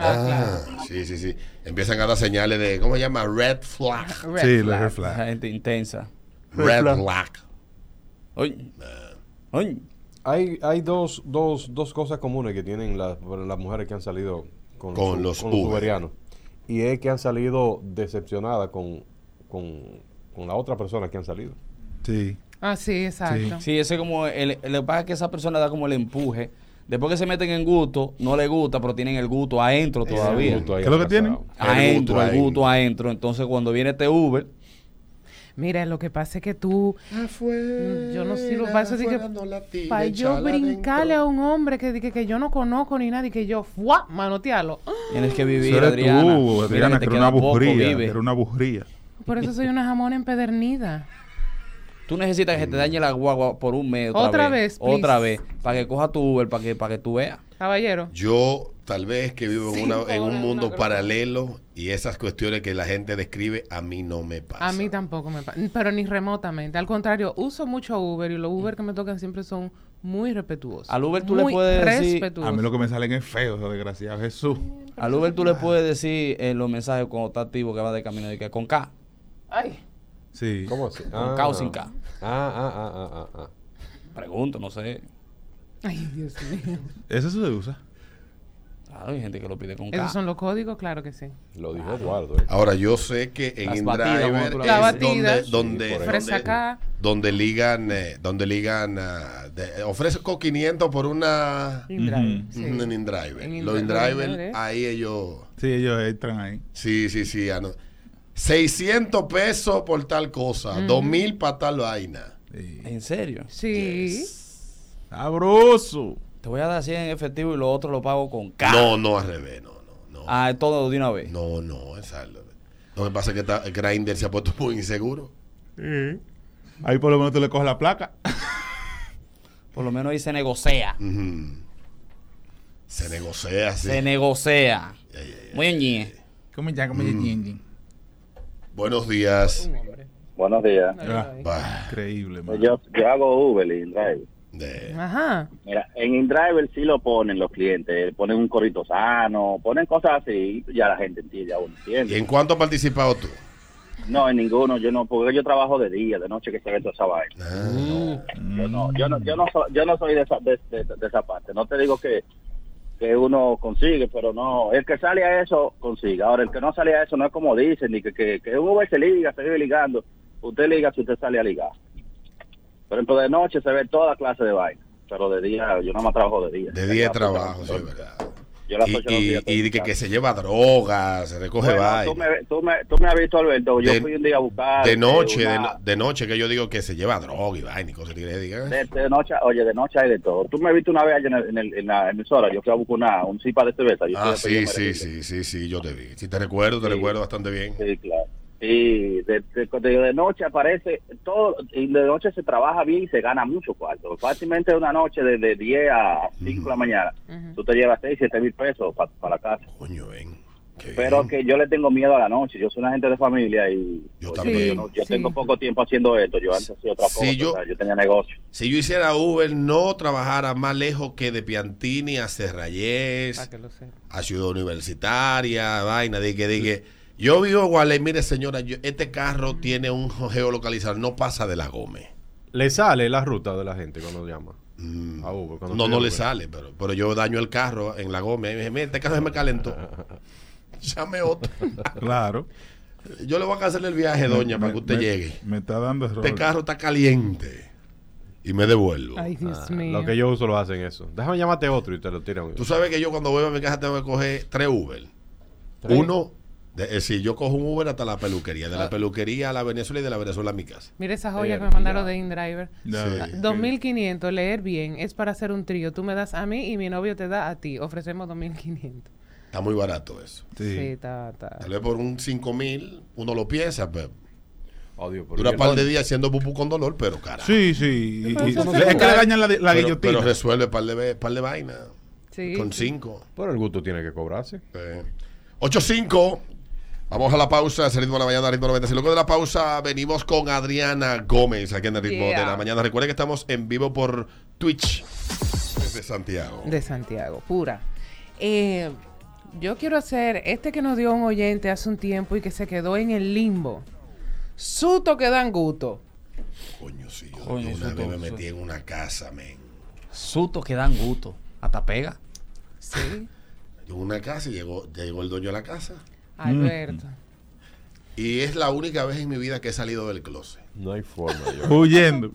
Sí. Empiezan a dar señales de, ¿cómo se llama? Red flag. Sí, los red flag. La gente intensa. Red flag. Oye. Oye. Hay dos cosas comunes que tienen las mujeres que han salido con los uberianos. Y es que han salido decepcionadas con la otra persona que han salido. Sí. Ah, sí, exacto. Sí, ese como lo que pasa es que esa persona da como el empuje. Después que se meten en gusto, no le gusta, pero tienen el gusto adentro todavía. ¿Qué es lo que tienen? Adentro, el gusto adentro. Entonces, cuando viene este Uber, mira, lo que pasa es que tú... yo no sirvo para eso. Para yo brincarle a un hombre que yo no conozco ni nada y que yo manotearlo. tienes que vivir, Eso eres Adriana. tú, Adriana, que era una bujería. Era una bujería. Por eso soy una jamón empedernida. Tú necesitas que se te dañe la guagua por un mes Otra vez, otra vez, para que coja tu Uber, para que tú veas. Caballero. Yo tal vez que vivo en un mundo paralelo y esas cuestiones que la gente describe a mí no me pasan. A mí tampoco me pasa, pero ni remotamente. Al contrario, uso mucho Uber y los Uber que me tocan siempre son muy respetuosos. Al Uber tú le puedes decir... A mí lo que me salen es feo, desgraciado Jesús. Al Uber tú le puedes decir en los mensajes cuando está activo que va de camino de que con K. Ay. Sí. ¿Cómo así? Con K o sin K. Pregunto, no sé. Ay, Dios mío. ¿Eso se usa? Claro, hay gente que lo pide con K. ¿Esos son los códigos? Claro que sí. Lo dijo Eduardo. Ahora, yo sé que en InDriver la batida, donde ligan, ofrece con 500 por una InDriver. un InDriver. Los InDriver, ahí ellos... Sí, ellos entran ahí. Sí. 600 pesos por tal cosa, 2,000 para tal vaina. Sí. ¿En serio? Sí. Sabroso. Te voy a dar 100 en efectivo y lo otro lo pago con K. No, al revés, no. Ah, todo de una vez. No, exacto. Lo que pasa es que Grindr se ha puesto muy inseguro. Ahí por lo menos tú le coges la placa. Por lo menos ahí se negocia. Se negocia, sí. Se negocia. Muy bien. ¿Cómo ya? Buenos días. Buenos días. Increíble, man. Yo hago Uber y InDriver. Ajá. Mira, en InDriver sí lo ponen los clientes, ponen un corrito sano, ponen cosas así, ya la gente entiende, ya uno entiende. ¿Y en cuánto has participado tú? No, en ninguno, yo no, porque yo trabajo de día, de noche que se ve toda esa vaina. Yo no soy de esa parte. No te digo que uno consigue, pero no, el que sale a eso consigue. Ahora, el que no sale a eso no es como dicen, ni que uno se liga, se vive ligando. Usted liga si usted sale a ligar. Por ejemplo, de noche se ve toda clase de vaina, pero de día, yo nada más trabajo de día. De día de trabajo, sí, es verdad. Yo las 8 de los días y que se lleva drogas, se recoge vaina. Tú me has visto, Alberto, yo fui un día a buscar. De noche que yo digo que se lleva droga y vaina y cosas que digan. De noche, oye, de noche hay de todo. Tú me has visto una vez allá en la emisora, yo fui a buscar un cipa de cerveza. Sí, yo te vi. Sí, te recuerdo bastante bien. Sí, claro. Y de noche aparece todo, y de noche se trabaja bien y se gana mucho cuarto. Fácilmente una noche de 10 a 5 de la mañana, tú te llevas 6, 7 mil pesos para la casa. Coño, ven. Pero que yo le tengo miedo a la noche. Yo soy una gente de familia y yo también. Yo tengo poco tiempo haciendo esto. Yo antes hacía otra cosa. Yo tenía negocio. Si yo hiciera Uber, no trabajara más lejos que de Piantini a Serrayés, a Ciudad Universitaria, vaina, de que yo vivo igual, mire señora, este carro tiene un geolocalizador, no pasa de la Gómez. ¿Le sale la ruta de la gente cuando llama? A Uber, no le sale, pero yo daño el carro en la Gómez y me dije, mire, este carro se me calentó. Llame otro. Claro. Yo le voy a cancelar el viaje, doña, para que usted llegue. Me está dando error. Este carro está caliente. Y me devuelvo. Ay, Dios mío. Lo que yo uso lo hacen eso. Déjame llamarte otro y te lo tiran. Tú sabes que yo cuando voy a mi casa tengo que coger 3 Uber. Uno... si yo cojo un Uber hasta la peluquería, de la peluquería a la Venezuela y de la Venezuela a mi casa. Mira esa joya que me mandaron de InDriver. 2,500, leer bien, es para hacer un trío. Tú me das a mí y mi novio te da a ti. Ofrecemos 2,500. Está muy barato eso. Sí, está. Tal vez por un 5,000 uno lo piensa, pero Dios, dura un par de días haciendo pupú con dolor, pero carajo. Sí. Es que le dañan la guillotina. Pero resuelve par de vainas. Sí, con 5. Pero el gusto tiene que cobrarse. 8-5. Vamos a la pausa, ese ritmo de la mañana, ritmo 90. Luego de la pausa venimos con Adriana Gómez aquí en el ritmo de la mañana. Recuerden que estamos en vivo por Twitch desde Santiago. De Santiago, pura. Yo quiero hacer este que nos dio un oyente hace un tiempo y que se quedó en el limbo. Susto que dan gusto. Coño, sí, yo una vez me metí en una casa, men. Sustos que dan gusto. Hasta pega. Sí. En una casa y llegó el dueño de la casa. Alberto. Y es la única vez en mi vida que he salido del closet. No hay forma. Huyendo.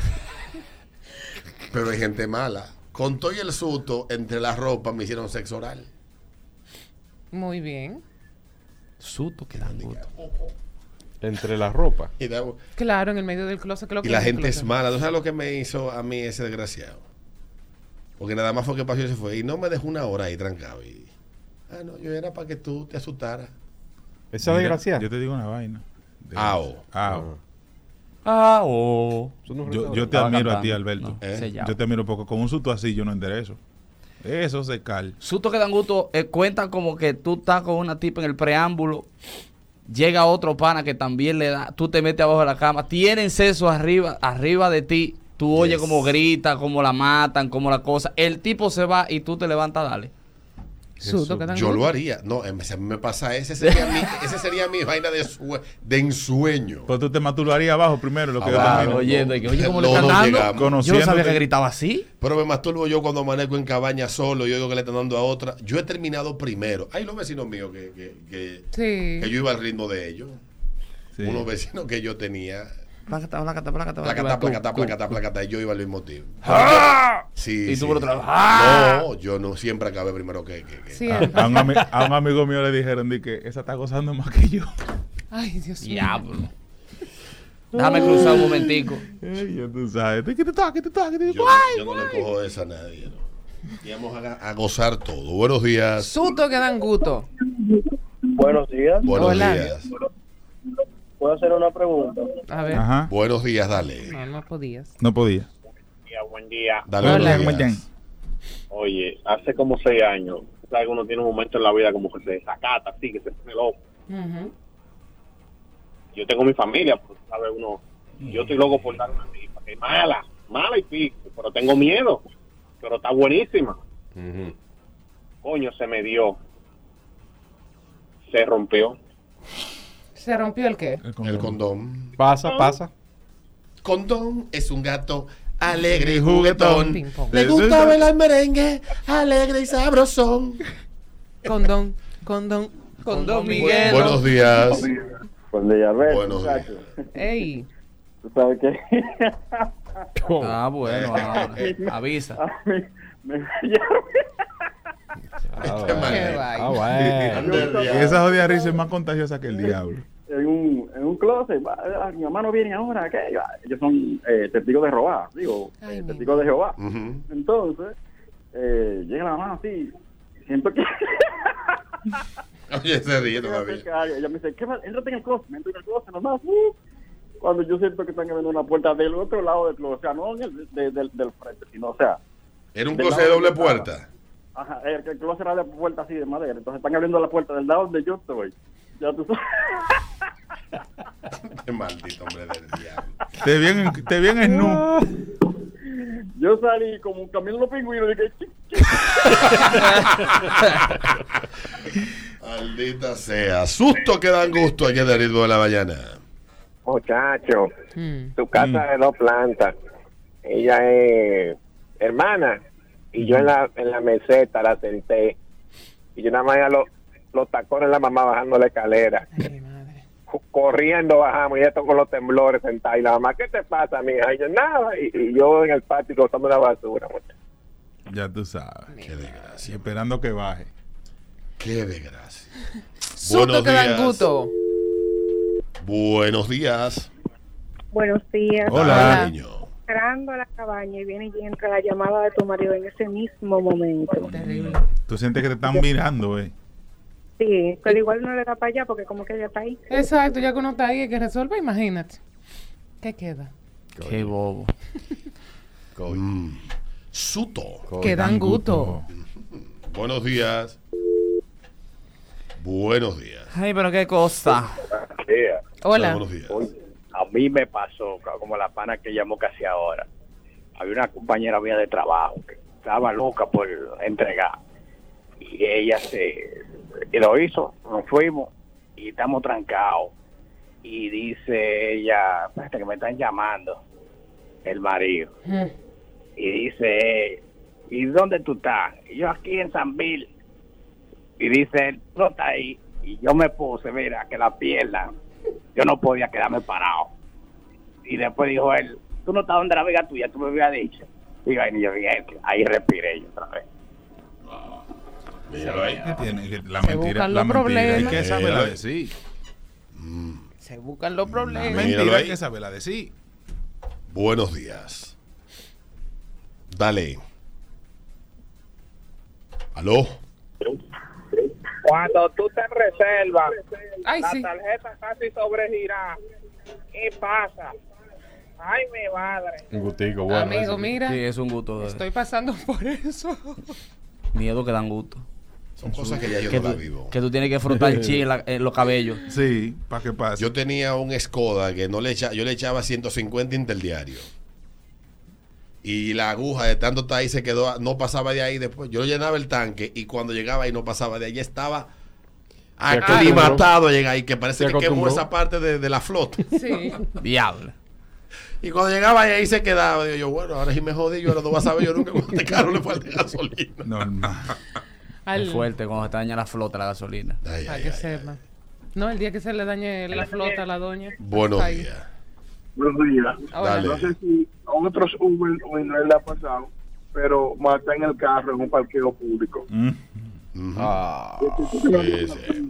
Pero hay gente mala. Con todo y el susto, entre las ropas me hicieron sexo oral. Muy bien. Sustos que dan gusto. Entre la ropa. Claro, en el medio del closet. Y la gente es mala. ¿Tú sabes lo que me hizo a mí ese desgraciado? Porque nada más fue que pasó y se fue. Y no me dejó una hora ahí trancado. Y, no, yo era para que tú te asustaras. Esa desgracia. Yo te digo una vaina. Yo te admiro a ti, Alberto. Yo te admiro porque con un susto así yo no enderezo. Eso se cal. Sustos que dan gusto cuentan como que tú estás con una tipa en el preámbulo. Llega otro pana que también le da. Tú te metes abajo de la cama. Tienen sexo arriba de ti. Tú oyes como grita, como la matan, como la cosa. El tipo se va y tú te levantas, dale. Yo lo haría. No, a mí me pasa ese sería mi vaina de ensueño. Pues tú lo harías abajo primero. Lo que oye, ¿cómo le están dando? Yo no sabía que gritaba así. Pero me masturbo yo cuando amanezco en cabaña solo. Yo digo que le están dando a otra. Yo he terminado primero. Hay los vecinos míos que yo iba al ritmo de ellos. Sí. Unos vecinos que yo tenía. Placata. Y yo iba al mismo tiempo. Sí, y tú por otro lado. No, yo no siempre acabé primero que. Sí, a un amigo mío le dijeron que esa está gozando más que yo. Ay, Dios mío. Diablo. Déjame cruzar un momentico. Ya tú sabes. ¿Qué te toca? Yo no le cojo esa a nadie. Y vamos a gozar todo. Buenos días. Susto que dan gusto. Buenos días. Buenos días. ¿Puedo hacer una pregunta? A ver. Ajá. Buenos días, dale. No podías. No podía. Buen día. Dale. Hola. Buenos días. Oye, hace como 6 años, sabes que uno tiene un momento en la vida como que se desacata, así, que se pone loco. Yo tengo mi familia, pero sabes uno, yo estoy loco por dar una tipa, que es mala y pico, pero tengo miedo, pero está buenísima. Coño, se me dio, se rompió. ¿Se rompió el qué? El condón. Pasa. Condón es un gato alegre y juguetón. Le gusta bailar merengue, alegre y sabrosón. Condón, Miguel. Buenos días. Buen día, Buenos días. Ey. ¿Tú sabes qué? Bueno, avisa. Esa jodida risa es más contagiosa que el diablo. En un closet, mi mamá no viene ahora, ¿qué? Ellos son testigos de Jehová, testigos de Jehová. Entonces, llega la mamá así, siento que... Oye, se ríe todavía. Ella me dice, ¿qué va? Entrate en el closet, me entro en el closet nomás. Cuando yo siento que están abriendo una puerta del otro lado del closet, o sea, no del frente, sino, o sea... ¿Era un closet de doble puerta? Ajá, el closet era de puerta así de madera, entonces están abriendo la puerta del lado donde yo estoy. Ya tú sabes. Qué maldito hombre del diablo. Te vi en snu. Yo salí como camino los pingüinos y dije... Maldita sea. Susto que dan gusto aquí en el ritmo de la mañana. Muchacho, tu casa de 2 plantas. Ella es hermana y yo en la meseta la senté y yo nada más los tacones la mamá bajando la escalera. Corriendo bajamos y esto con los temblores sentada y la mamá, ¿qué te pasa, mija? Y yo, nada, y yo en el patio botando la basura. Ya tú sabes. Qué desgracia. Esperando que baje. Qué desgracia. Susto que dan gusto. Buenos días. Buenos días. Hola. Entrando a la cabaña y viene y entra la llamada de tu marido en ese mismo momento. Terrible. Tú sientes que te están mirando, Sí, pero igual no le da para allá porque como que ella está ahí. Exacto, ya que uno está ahí y que resuelva, imagínate. ¿Qué queda? Qué bobo. Susto. Que dan gusto. Buenos días. Buenos días. Ay, pero qué cosa. Hola. Buenos días. A mí me pasó, como la pana que llamó casi ahora. Había una compañera mía de trabajo que estaba loca por entregar. Y ella y lo hizo, nos fuimos y estamos trancados. Y dice ella, espérate que me están llamando, el marido. Y dice, ¿y dónde tú estás? Y yo aquí en San Bill. Y dice él, no está ahí. Y yo me puse, mira, que la pierna, yo no podía quedarme parado. Y después dijo él, tú no estás donde la amiga tuya, tú me habías dicho. Y yo dije, ahí respiré yo otra vez. Míralo ahí. ¿Qué tiene? La Se mentira, buscan la los mentira problemas. hay que saberla decir. Se buscan los La problemas. mentira hay que saberla decir. Buenos días. Dale. ¿Aló? Cuando tú te reservas, Ay, la sí. tarjeta casi sobregira. ¿Qué pasa? Ay, mi madre. Un gustico, bueno. Amigo, mira, Sí, es un gusto. estoy pasando por eso. Miedo que dan gusto. Son cosas que ya yo Que no la tú, vivo. que tú tienes que frotar el chi en los cabellos. Sí, para que pase. Yo tenía un Skoda que no le yo le echaba 150 interdiario. Y la aguja de tanto estar ahí se quedó, no pasaba de ahí después. Yo llenaba el tanque y cuando llegaba ahí no pasaba de ahí. Ya estaba aclimatado a llegar ahí, que parece que quemó esa parte de la flota. Sí. Diablo. Y cuando llegaba ahí se quedaba. Digo yo, bueno, ahora sí me jodí. Yo ahora no voy a saber yo nunca cuando este carro le falta gasolina. Normal. Es fuerte cuando se te daña la flota, la gasolina. Para que sepa. No, el día que se le dañe la flota a la doña. Buenos hasta ahí. días. Buenos días. Dale. No sé si a otros Uber o en él le ha pasado, pero mata en el carro en un parqueo público. Sí, sí.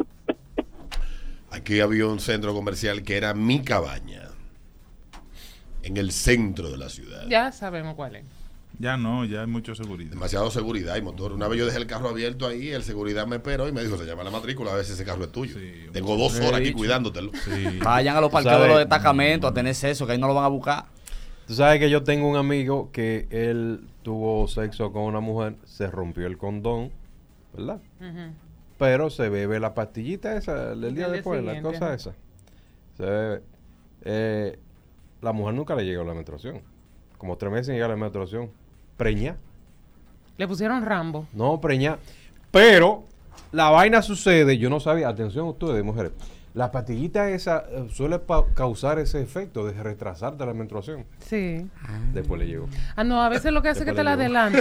Aquí había un centro comercial que era Mi Cabaña, en el centro de la ciudad. Ya sabemos cuál es. Ya no, ya hay mucha seguridad. Demasiado seguridad y motor. Una vez yo dejé el carro abierto ahí, el seguridad me esperó y me dijo, se llama la matrícula, a ver si ese carro es tuyo. Tengo 2 horas aquí cuidándotelo. Vayan a los parqueos de los destacamentos a tener sexo, que ahí no lo van a buscar. Tú sabes que yo tengo un amigo que él tuvo sexo con una mujer, se rompió el condón, ¿verdad? Pero se bebe la pastillita esa el día después, la cosa esa. Se bebe. La mujer nunca le llegó la menstruación. Como 3 meses sin llegar a la menstruación. Preña. Le pusieron Rambo. No, preña. Pero la vaina sucede, yo no sabía, atención ustedes, mujeres. La pastillita esa suele causar ese efecto de retrasarte la menstruación. Sí. Después le llegó. Ah, no, a veces lo que hace es que te la adelanta.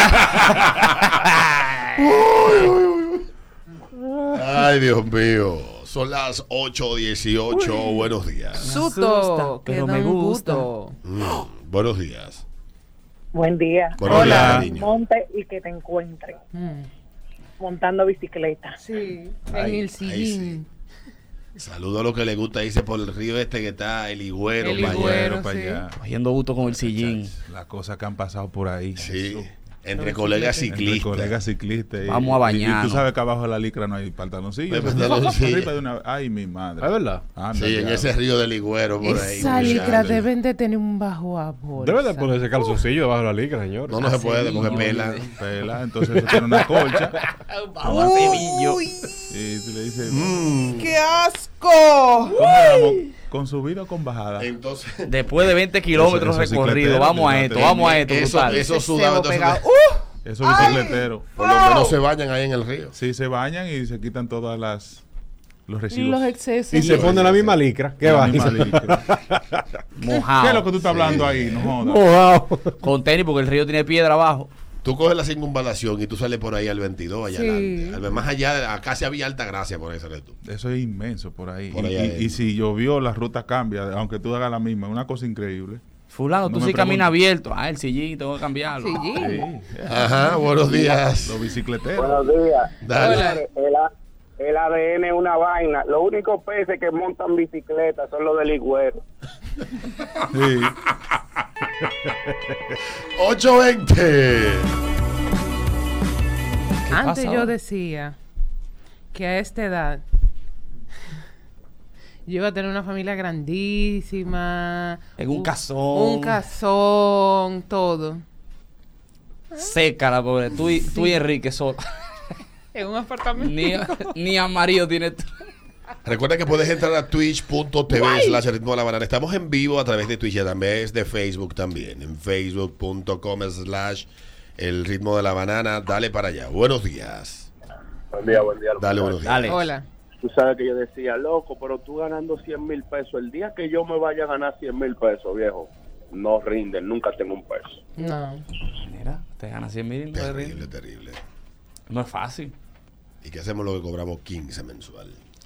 Ay, Dios mío. Son las 8:18. Buenos días. Susto, pero que me da un gusta. gusto. Buenos días. Buen día. Buenos días, cariño. Monte y que te encuentre montando bicicleta. Sí, Ay, en el ay, sillín. Saludo a lo que le gusta irse por el río este que está el Higüero. El para allá. Higüero, para sí. allá. Cogiendo gusto con el sillín. Las cosas que han pasado por ahí. Sí. Entre colegas ciclistas. Entre colegas ciclistas. Vamos a bañarnos. Y tú sabes que abajo de la licra no hay pantaloncillos. Hay pantaloncillos. Arriba de una... Ay, mi madre. ¿Es verdad? Anda, Sí, en diablo. ese río del Higüero por ahí. Esa licra muchachos. deben de tener un bajo a bolsa. Debe de ponerse calzoncillo debajo de la licra, señor. No, no se puede porque pela. Pela, entonces eso tiene una colcha. Uy. Y tú le dices, ¡Qué asco! ¿cómo vamos? ¿Con subida o con bajada? Entonces, Después de 20 kilómetros Eso recorridos, cicletero, vamos a fíjate. esto, vamos a esto. eso, brutal. eso sudado. Cebo Entonces, pegado. Eso es bicicletero. por lo menos se bañan ahí en el río. Sí, se bañan y se quitan todas los residuos. Los excesos. Y se pone la misma licra. ¿Qué La va? misma licra. Mojado. ¿Qué es lo que tú estás hablando ahí? No jodas. Mojado. Con tenis porque el río tiene piedra abajo. Tú coges la circunvalación y tú sales por ahí al 22, allá Sí. adelante. Más allá, acá se había Alta Gracia por ahí sales tú. Eso es inmenso por ahí. Por Y- allá y, adentro. y si llovió, la ruta cambia, aunque tú hagas la misma. Es una cosa increíble. Fulano, No tú me sí caminas preguntes. abierto. Ah, el sillín, tengo que cambiarlo. Sillín. Sí. Ajá, buenos días. Los bicicleteros. Buenos días. Dale. Hola. El ADN es una vaina. Los únicos peces que montan bicicleta son los del Higüero. Sí. 8:20. Antes pasa yo ahora? decía que a esta edad yo iba a tener una familia grandísima. En un casón. Un casón, todo. Seca la pobre. Tú y Enrique solo. En un apartamento. Ni a marido tiene. Recuerda que puedes entrar a twitch.tv/ritmo de la banana. Estamos en vivo a través de Twitch y también es de Facebook también. En facebook.com/ el ritmo de la banana. Dale para allá. Buenos días. Buen día, buen día. Dale, buenos días. Dale. Hola. Tú sabes que yo decía, loco, pero tú ganando 100,000 pesos, el día que yo me vaya a ganar 100,000 pesos, viejo, no rinden, nunca tengo un peso. No. Mira, te ganas 100,000. Terrible, terrible. No es fácil. ¿Y qué hacemos lo que cobramos 15 mensual?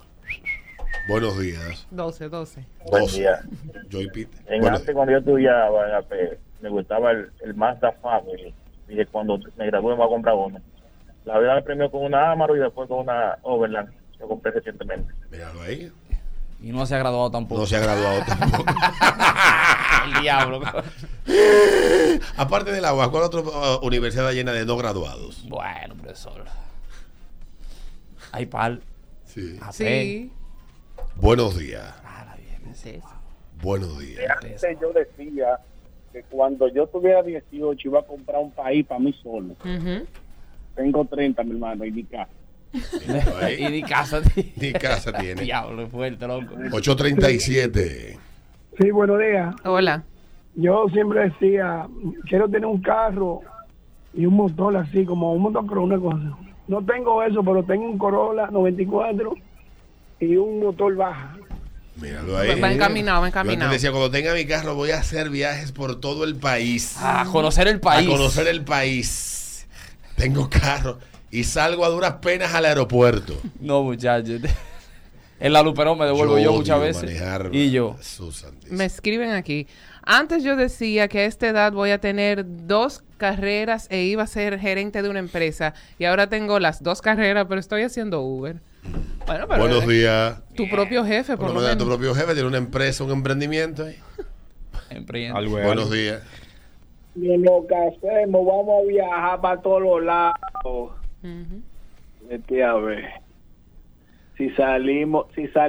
Buenos días. 12. Buen día. Joy Pete. Antes, cuando yo estudiaba en AP, me gustaba el Mazda Family. Dije, cuando me gradué me voy a comprar uno. La vida me premió con una Amaro y después con una Overland. Lo compré recientemente. Míralo ahí. Y no se ha graduado tampoco. No se ha graduado tampoco. El diablo. Aparte de la UAS, ¿cuál otra universidad llena de no graduados? Bueno, profesor. Hay pal. Sí. Sí. Buenos días. Sí. Buenos días. Antes yo decía que cuando yo tuviera 18 iba a comprar un país para mí solo. Tengo 30, mi hermano, y ni casa. Y ni casa Ni casa tiene. Diablo, fuerte, loco. 837. Sí, buenos días. Hola. Yo siempre decía, quiero tener un carro y un motor así, como un motocross, una cosa. No tengo eso, pero tengo un Corolla 94 y un motor baja. Míralo ahí. Va encaminado, va Yo encaminado. antes decía, cuando tenga mi carro voy a hacer viajes por todo el país. A conocer el país. A conocer el país. Tengo carro y salgo a duras penas al aeropuerto. No, muchachos. En la Luperón me devuelvo yo muchas odio veces. manejar, Y yo. Me escriben aquí. Antes yo decía que a esta edad voy a tener 2 carreras e iba a ser gerente de una empresa. Y ahora tengo las 2 carreras, pero estoy haciendo Uber. Bueno, pero Buenos días. Tu propio jefe, por lo menos. Tu propio jefe tiene una empresa, un emprendimiento. Buenos días. Y lo que hacemos, vamos a viajar para todos los lados. Vete a ver. Si salimos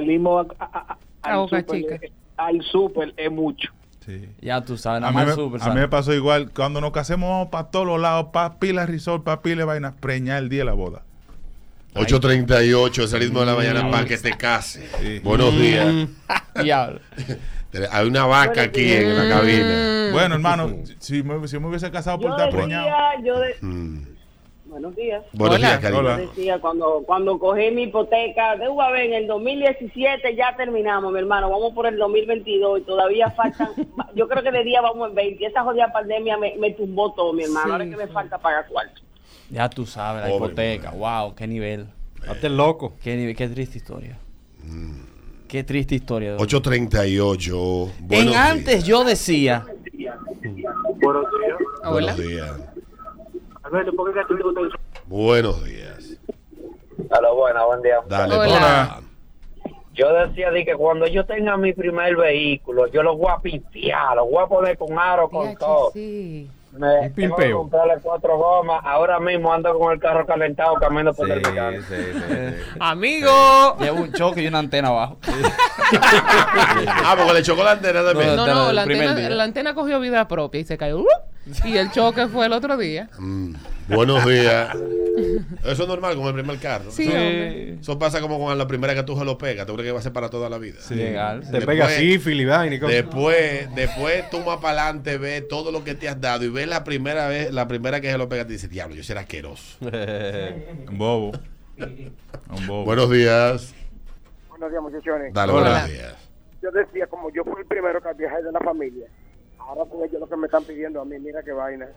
al súper es mucho. Sí. Ya tú sabes, A nada mí, más súper. a mí me pasó igual. Cuando nos casemos, vamos para todos los lados, para pila resort, para pila vainas, preñar el día de la boda. 8:38, ese ritmo de la mañana para que te case. Buenos días. Diablo. Hay una vaca aquí en la cabina. Bueno, hermano, si me hubiese casado por estar preñado. Buenos días. Buenos días, cariño. Yo decía, cuando cogí mi hipoteca de UAB en el 2017 ya terminamos, mi hermano. Vamos por el 2022 y todavía faltan. Yo creo que de día vamos en 20. Esa jodida pandemia me tumbó todo, mi hermano. Sí, ahora es que me falta pagar cuarto. Ya tú sabes, la hipoteca. Wow, qué nivel. Hazte loco. Qué nivel, qué triste historia. Qué triste historia. 8:38. En antes yo decía. Buenos días. Buenos días. Alberto, ¿por qué tú te gusta eso? Buenos días. Hola, buen día. Dale, Hola. Yo decía de que cuando yo tenga mi primer vehículo, yo lo voy a pintear, lo voy a poner con aro, con todo. Sí. Me tengo que comprarle 4 gomas. Ahora mismo ando con el carro calentado camino por el verano. Amigo. Llevo un choque y una antena abajo. Porque le chocó la antena también. No, la antena cogió vida propia y se cayó. Y el choque fue el otro día. Buenos días. Eso es normal como el primer carro. Sí, hombre. Eso pasa como con la primera que tú se lo pegas. ¿Tú crees que va a ser para toda la vida? Sí. Legal. Te pega sífilis, vaina y cosas. Después tú más para adelante ves todo lo que te has dado y ves la primera que se lo pega y te dices, diablo, yo será asqueroso. Un bobo. Un bobo. Buenos días. Buenos días, muchachones. Dale, buenos días. Yo decía, como yo fui el primero que viajé de la familia, ahora pues ellos lo que me están pidiendo a mí, mira qué vaina.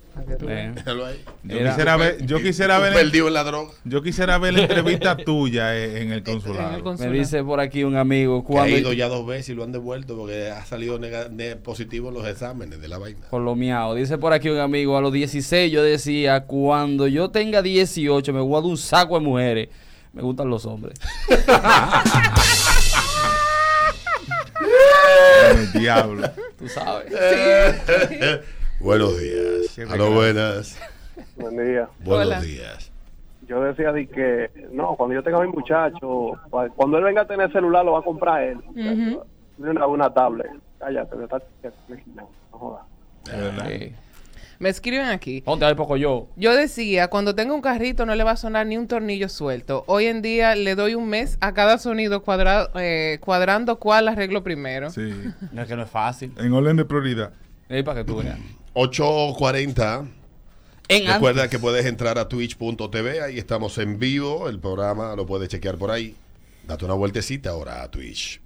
Yo quisiera ver perdido en la droga. Yo quisiera ver la entrevista tuya en el consulado. Me dice por aquí un amigo que ha ido ya 2 veces y lo han devuelto porque ha salido positivo en los exámenes de la vaina. Por lo miau. Dice por aquí un amigo, a los 16 yo decía, cuando yo tenga 18 me voy a dar un saco de mujeres. Me gustan los hombres. El diablo. Tú sabes. Sí. Buenos días. Aló, buenas. Buen día. Buenos días. Yo decía de que, no, cuando yo tenga a mi muchacho, cuando él venga a tener celular, lo va a comprar él. Una tablet. Cállate, no jodas. Me escriben aquí. Ponte ahí poco yo. Yo decía, cuando tenga un carrito no le va a sonar ni un tornillo suelto. Hoy en día le doy un mes a cada sonido cuadrando cuál arreglo primero. Sí. No es que no es fácil. En orden de prioridad. Para que tú veas. 8:40. Recuerda que puedes entrar a twitch.tv, ahí estamos en vivo, el programa lo puedes chequear por ahí. Date una vueltecita ahora a Twitch.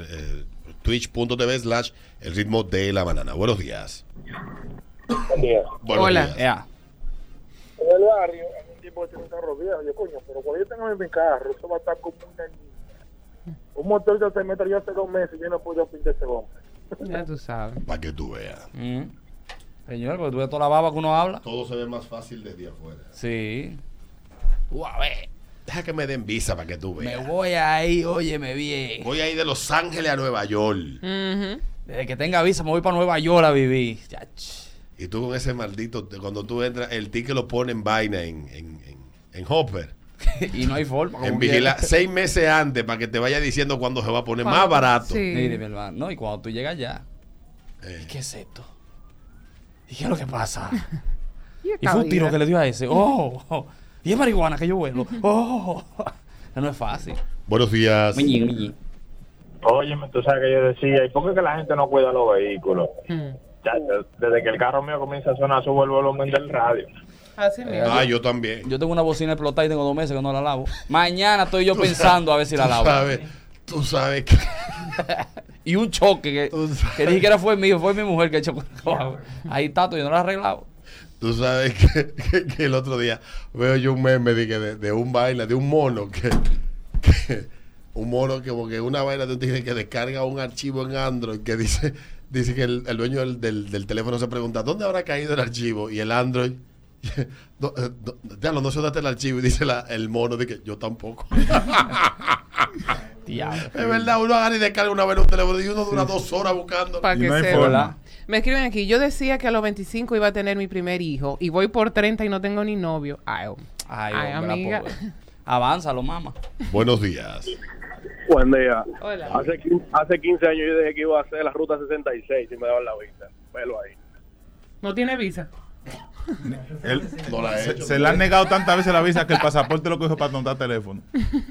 Twitch.tv/el ritmo de la banana. Buenos días. Buen día. Buenos Hola. días. En el barrio, hay un tipo que tiene un carro viejo. Yo, coño, pero cuando yo tenga mi carro, eso va a estar como una niña. Un motor de 6 metros, yo hace 2 meses, yo no puedo pintar ese bomba. Ya tú sabes. Para que tú veas. Señor, porque tú ves toda la baba que uno habla. Todo se ve más fácil desde afuera. Sí. A ver, deja que me den visa para que tú Me veas. voy ahí, óyeme bien. Voy a ir de Los Ángeles a Nueva York. Desde que tenga visa me voy para Nueva York a vivir. Chach. Y tú con ese maldito, cuando tú entras, el ticket lo pone en vaina, en Hopper. Y no hay forma. En como vigilar quiera. 6 meses antes para que te vaya diciendo cuándo se va a poner más barato. Mire, mi hermano. No, y cuando tú llegas allá. ¿Y qué es esto? ¿Y qué es lo que pasa? Y fue un tiro que le dio a ese. Oh. Y es marihuana que yo huelo. Oh. No es fácil. Buenos días. Óyeme, tú sabes que yo decía, ¿y por qué que la gente no cuida los vehículos? Ya, desde que el carro mío comienza a sonar, subo el volumen del radio. Así mismo. Yo también. Yo tengo una bocina explotada y tengo 2 meses que no la lavo. Mañana estoy yo pensando a ver si la lavo. Tú sabes que... Y un choque que ni siquiera fue mío, fue mi mujer que chocó. Ahí está, yo no lo he arreglado. Tú sabes que el otro día veo yo un meme de un vaina, de un mono que un mono que como que una vaina de un tigre que descarga un archivo en Android que dice que el dueño del teléfono se pregunta ¿dónde habrá caído el archivo? Y el Android no sé dónde está el archivo y dice el mono de que yo tampoco. Es verdad, uno agarra y descarga una vez un teléfono y uno dura 2 horas buscando. Para que sepa. Me escriben aquí, yo decía que a los 25 iba a tener mi primer hijo y voy por 30 y no tengo ni novio. Ay, hombre, amiga. Avánzalo, mamá. Buenos días. Buen día. Hola. Hace 15 años yo dije que iba a hacer la ruta 66 y me daban la visa. Velo ahí. ¿No tiene visa? Se le han negado tantas veces la visa que el pasaporte lo cogió para anotar teléfono.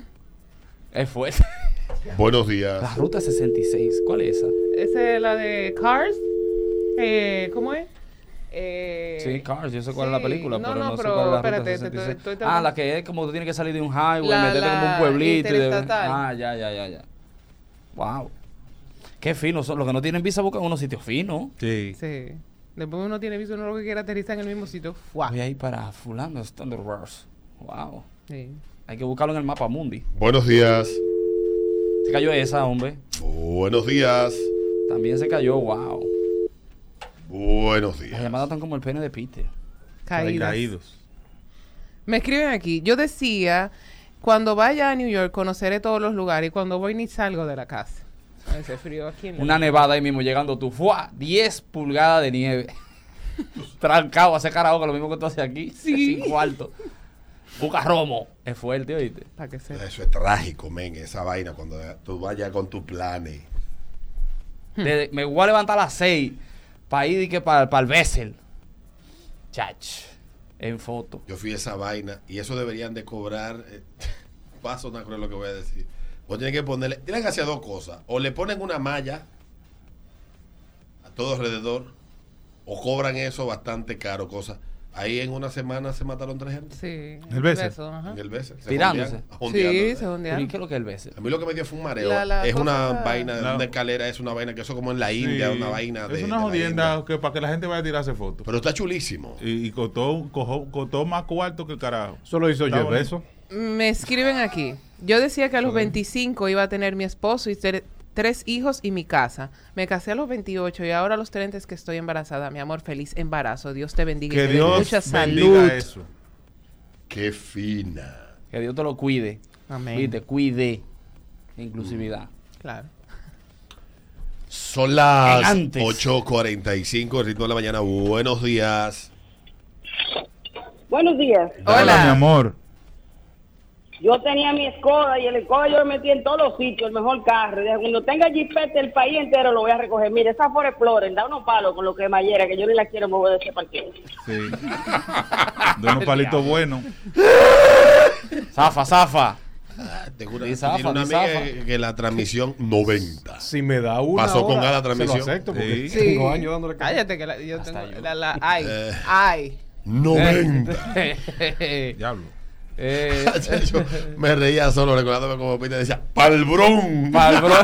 Es fuerte. Buenos días. La ruta 66, ¿cuál es esa? Esa es la de Cars. ¿Cómo es? Sí, Cars, yo sé cuál es la película, no, pero no no sé pero cuál es la espérate, ruta 66. estoy La que es como tú tienes que salir de un highway, meterte como un la pueblito. interestatal. Ya. Wow. Qué finos son. Los que no tienen visa buscan unos sitios finos. Sí. Después uno tiene visa, uno lo que quiere aterrizar en el mismo sitio. Voy a ir para fulano Standard Wars. Wow. Sí. Hay que buscarlo en el mapa mundi. Buenos días. Se cayó esa, hombre. Buenos días. También se cayó, wow. Buenos días. Las llamadas están como el pene de Peter. Caídos. Me escriben aquí. Yo decía, cuando vaya a New York conoceré todos los lugares y cuando voy ni salgo de la casa. Ese frío aquí en Una nevada ahí mismo llegando tú. ¡Fua! 10 pulgadas de nieve. Trancado, hace karaoke, lo mismo que tú haces aquí. Sí. 5 cuartos. Busca romo. Es fuerte, ¿oíste? Para que sea. Eso es trágico, men, esa vaina cuando tú vayas con tus planes. Me voy a levantar a las 6 para ir para el Bessel. Chach. En foto. Yo fui a esa vaina y eso deberían de cobrar. Paso una creo lo que voy a decir. O tienen que que hacer 2 cosas. O le ponen una malla a todo alrededor, o cobran eso bastante caro, cosas. Ahí en una semana se mataron 3 gente. Sí. ¿El Bessel? En el Bessel. Tirándose. Sí, se hundearon. ¿Y qué es lo que es el Bessel? A mí lo que me dio fue un mareo. La es una cosa- vaina, una escalera, es una vaina que eso como en la India, una vaina de... Es una de la jodienda India. que para que la gente vaya a tirarse fotos. Pero está chulísimo. Y costó más cuarto que el carajo. Eso lo hizo Está Jeff bonito. Bezos. Me escriben aquí. Yo decía que a los 25 iba a tener mi esposo y 3 hijos y mi casa. Me casé a los 28 y ahora a los 30 es que estoy embarazada. Mi amor, feliz embarazo. Dios te bendiga. Que y te dé Dios mucha bendiga salud. eso. Qué fina. Que Dios te lo cuide. Amén. Viste, cuide. Inclusividad. Claro. Son las Antes. 8:45, el ritmo de la mañana. Buenos días. Buenos días. Hola, mi amor. Yo tenía mi Skoda y el Skoda yo lo metí en todos los sitios, el mejor carro. Y dije, cuando tenga Jeepete el país entero lo voy a recoger. Mire, esa Ford Explorer, da unos palos con lo que Mayera, que yo ni la quiero mover de ese parqueo. Sí. De unos palitos buenos. Zafa. Tengo una, Ni zafa, tiene una ni amiga zafa. que la transmisión 90. Si me da una Pasó con hora, la transmisión. se lo acepto porque Sí. tengo años dándole caña. Cállate que yo Hasta tengo yo. ay. 90. Diablo. Yo me reía solo recordándome como Peter decía, ¡Palbrón! ¡Palbrón!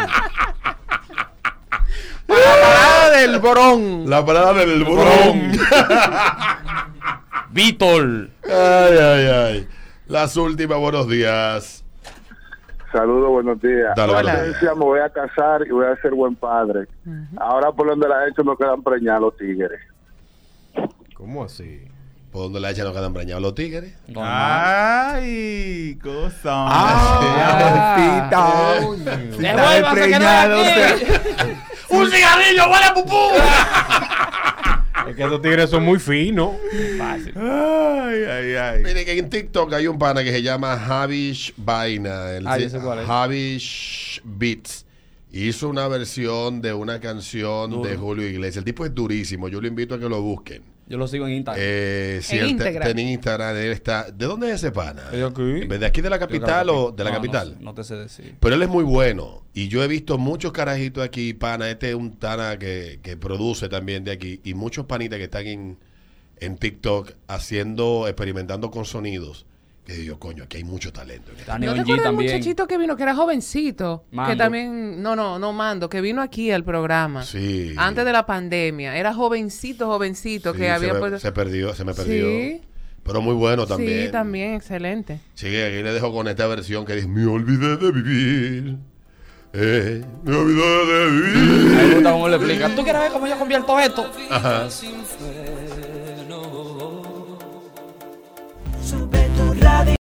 La parada del Borón. La parada del Borón. Vítor. Ay. Las últimas, buenos días. Saludos, buenos días. Dale, Ahora buenos días. decía, me voy a casar y voy a ser buen padre. Ahora por donde la he hecho no quedan preñados los tigres. ¿Cómo así? ¿Por dónde la echan no quedan preñados los tigres? Ay, cosa. ¡Un cigarrillo, huele a pupú! Es que estos tigres son muy finos. Fácil. Ay. Mire que en TikTok hay un pana que se llama Javish Vaina. Yo sé cuál es. Javish Beats. Hizo una versión de una canción de Julio Iglesias. El tipo es durísimo. Yo lo invito a que lo busquen. Yo lo sigo en Instagram. Sí, En Instagram. en Instagram. Él está. ¿De dónde es ese pana? aquí. ¿De aquí de la capital o de la capital? No te sé decir. Pero él es muy bueno. Y yo he visto muchos carajitos aquí, pana. Este es un pana que produce también de aquí. Y muchos panitas que están en TikTok experimentando con sonidos. Que digo yo, coño, aquí hay mucho talento. ¿No te acuerdas del muchachito que vino, que era jovencito? Mando. Que también, no Mando, que vino aquí al programa. Sí. Antes de la pandemia. Era jovencito, Sí, que había puesto... se me perdió. Sí. Pero muy bueno también. Sí, también, excelente. Sí, aquí le dejo con esta versión que dice, me olvidé de vivir. Me olvidé de vivir. A mí me gusta cómo le explica. ¿Tú quieres ver cómo yo convierto esto? Ajá. Sube tu radio.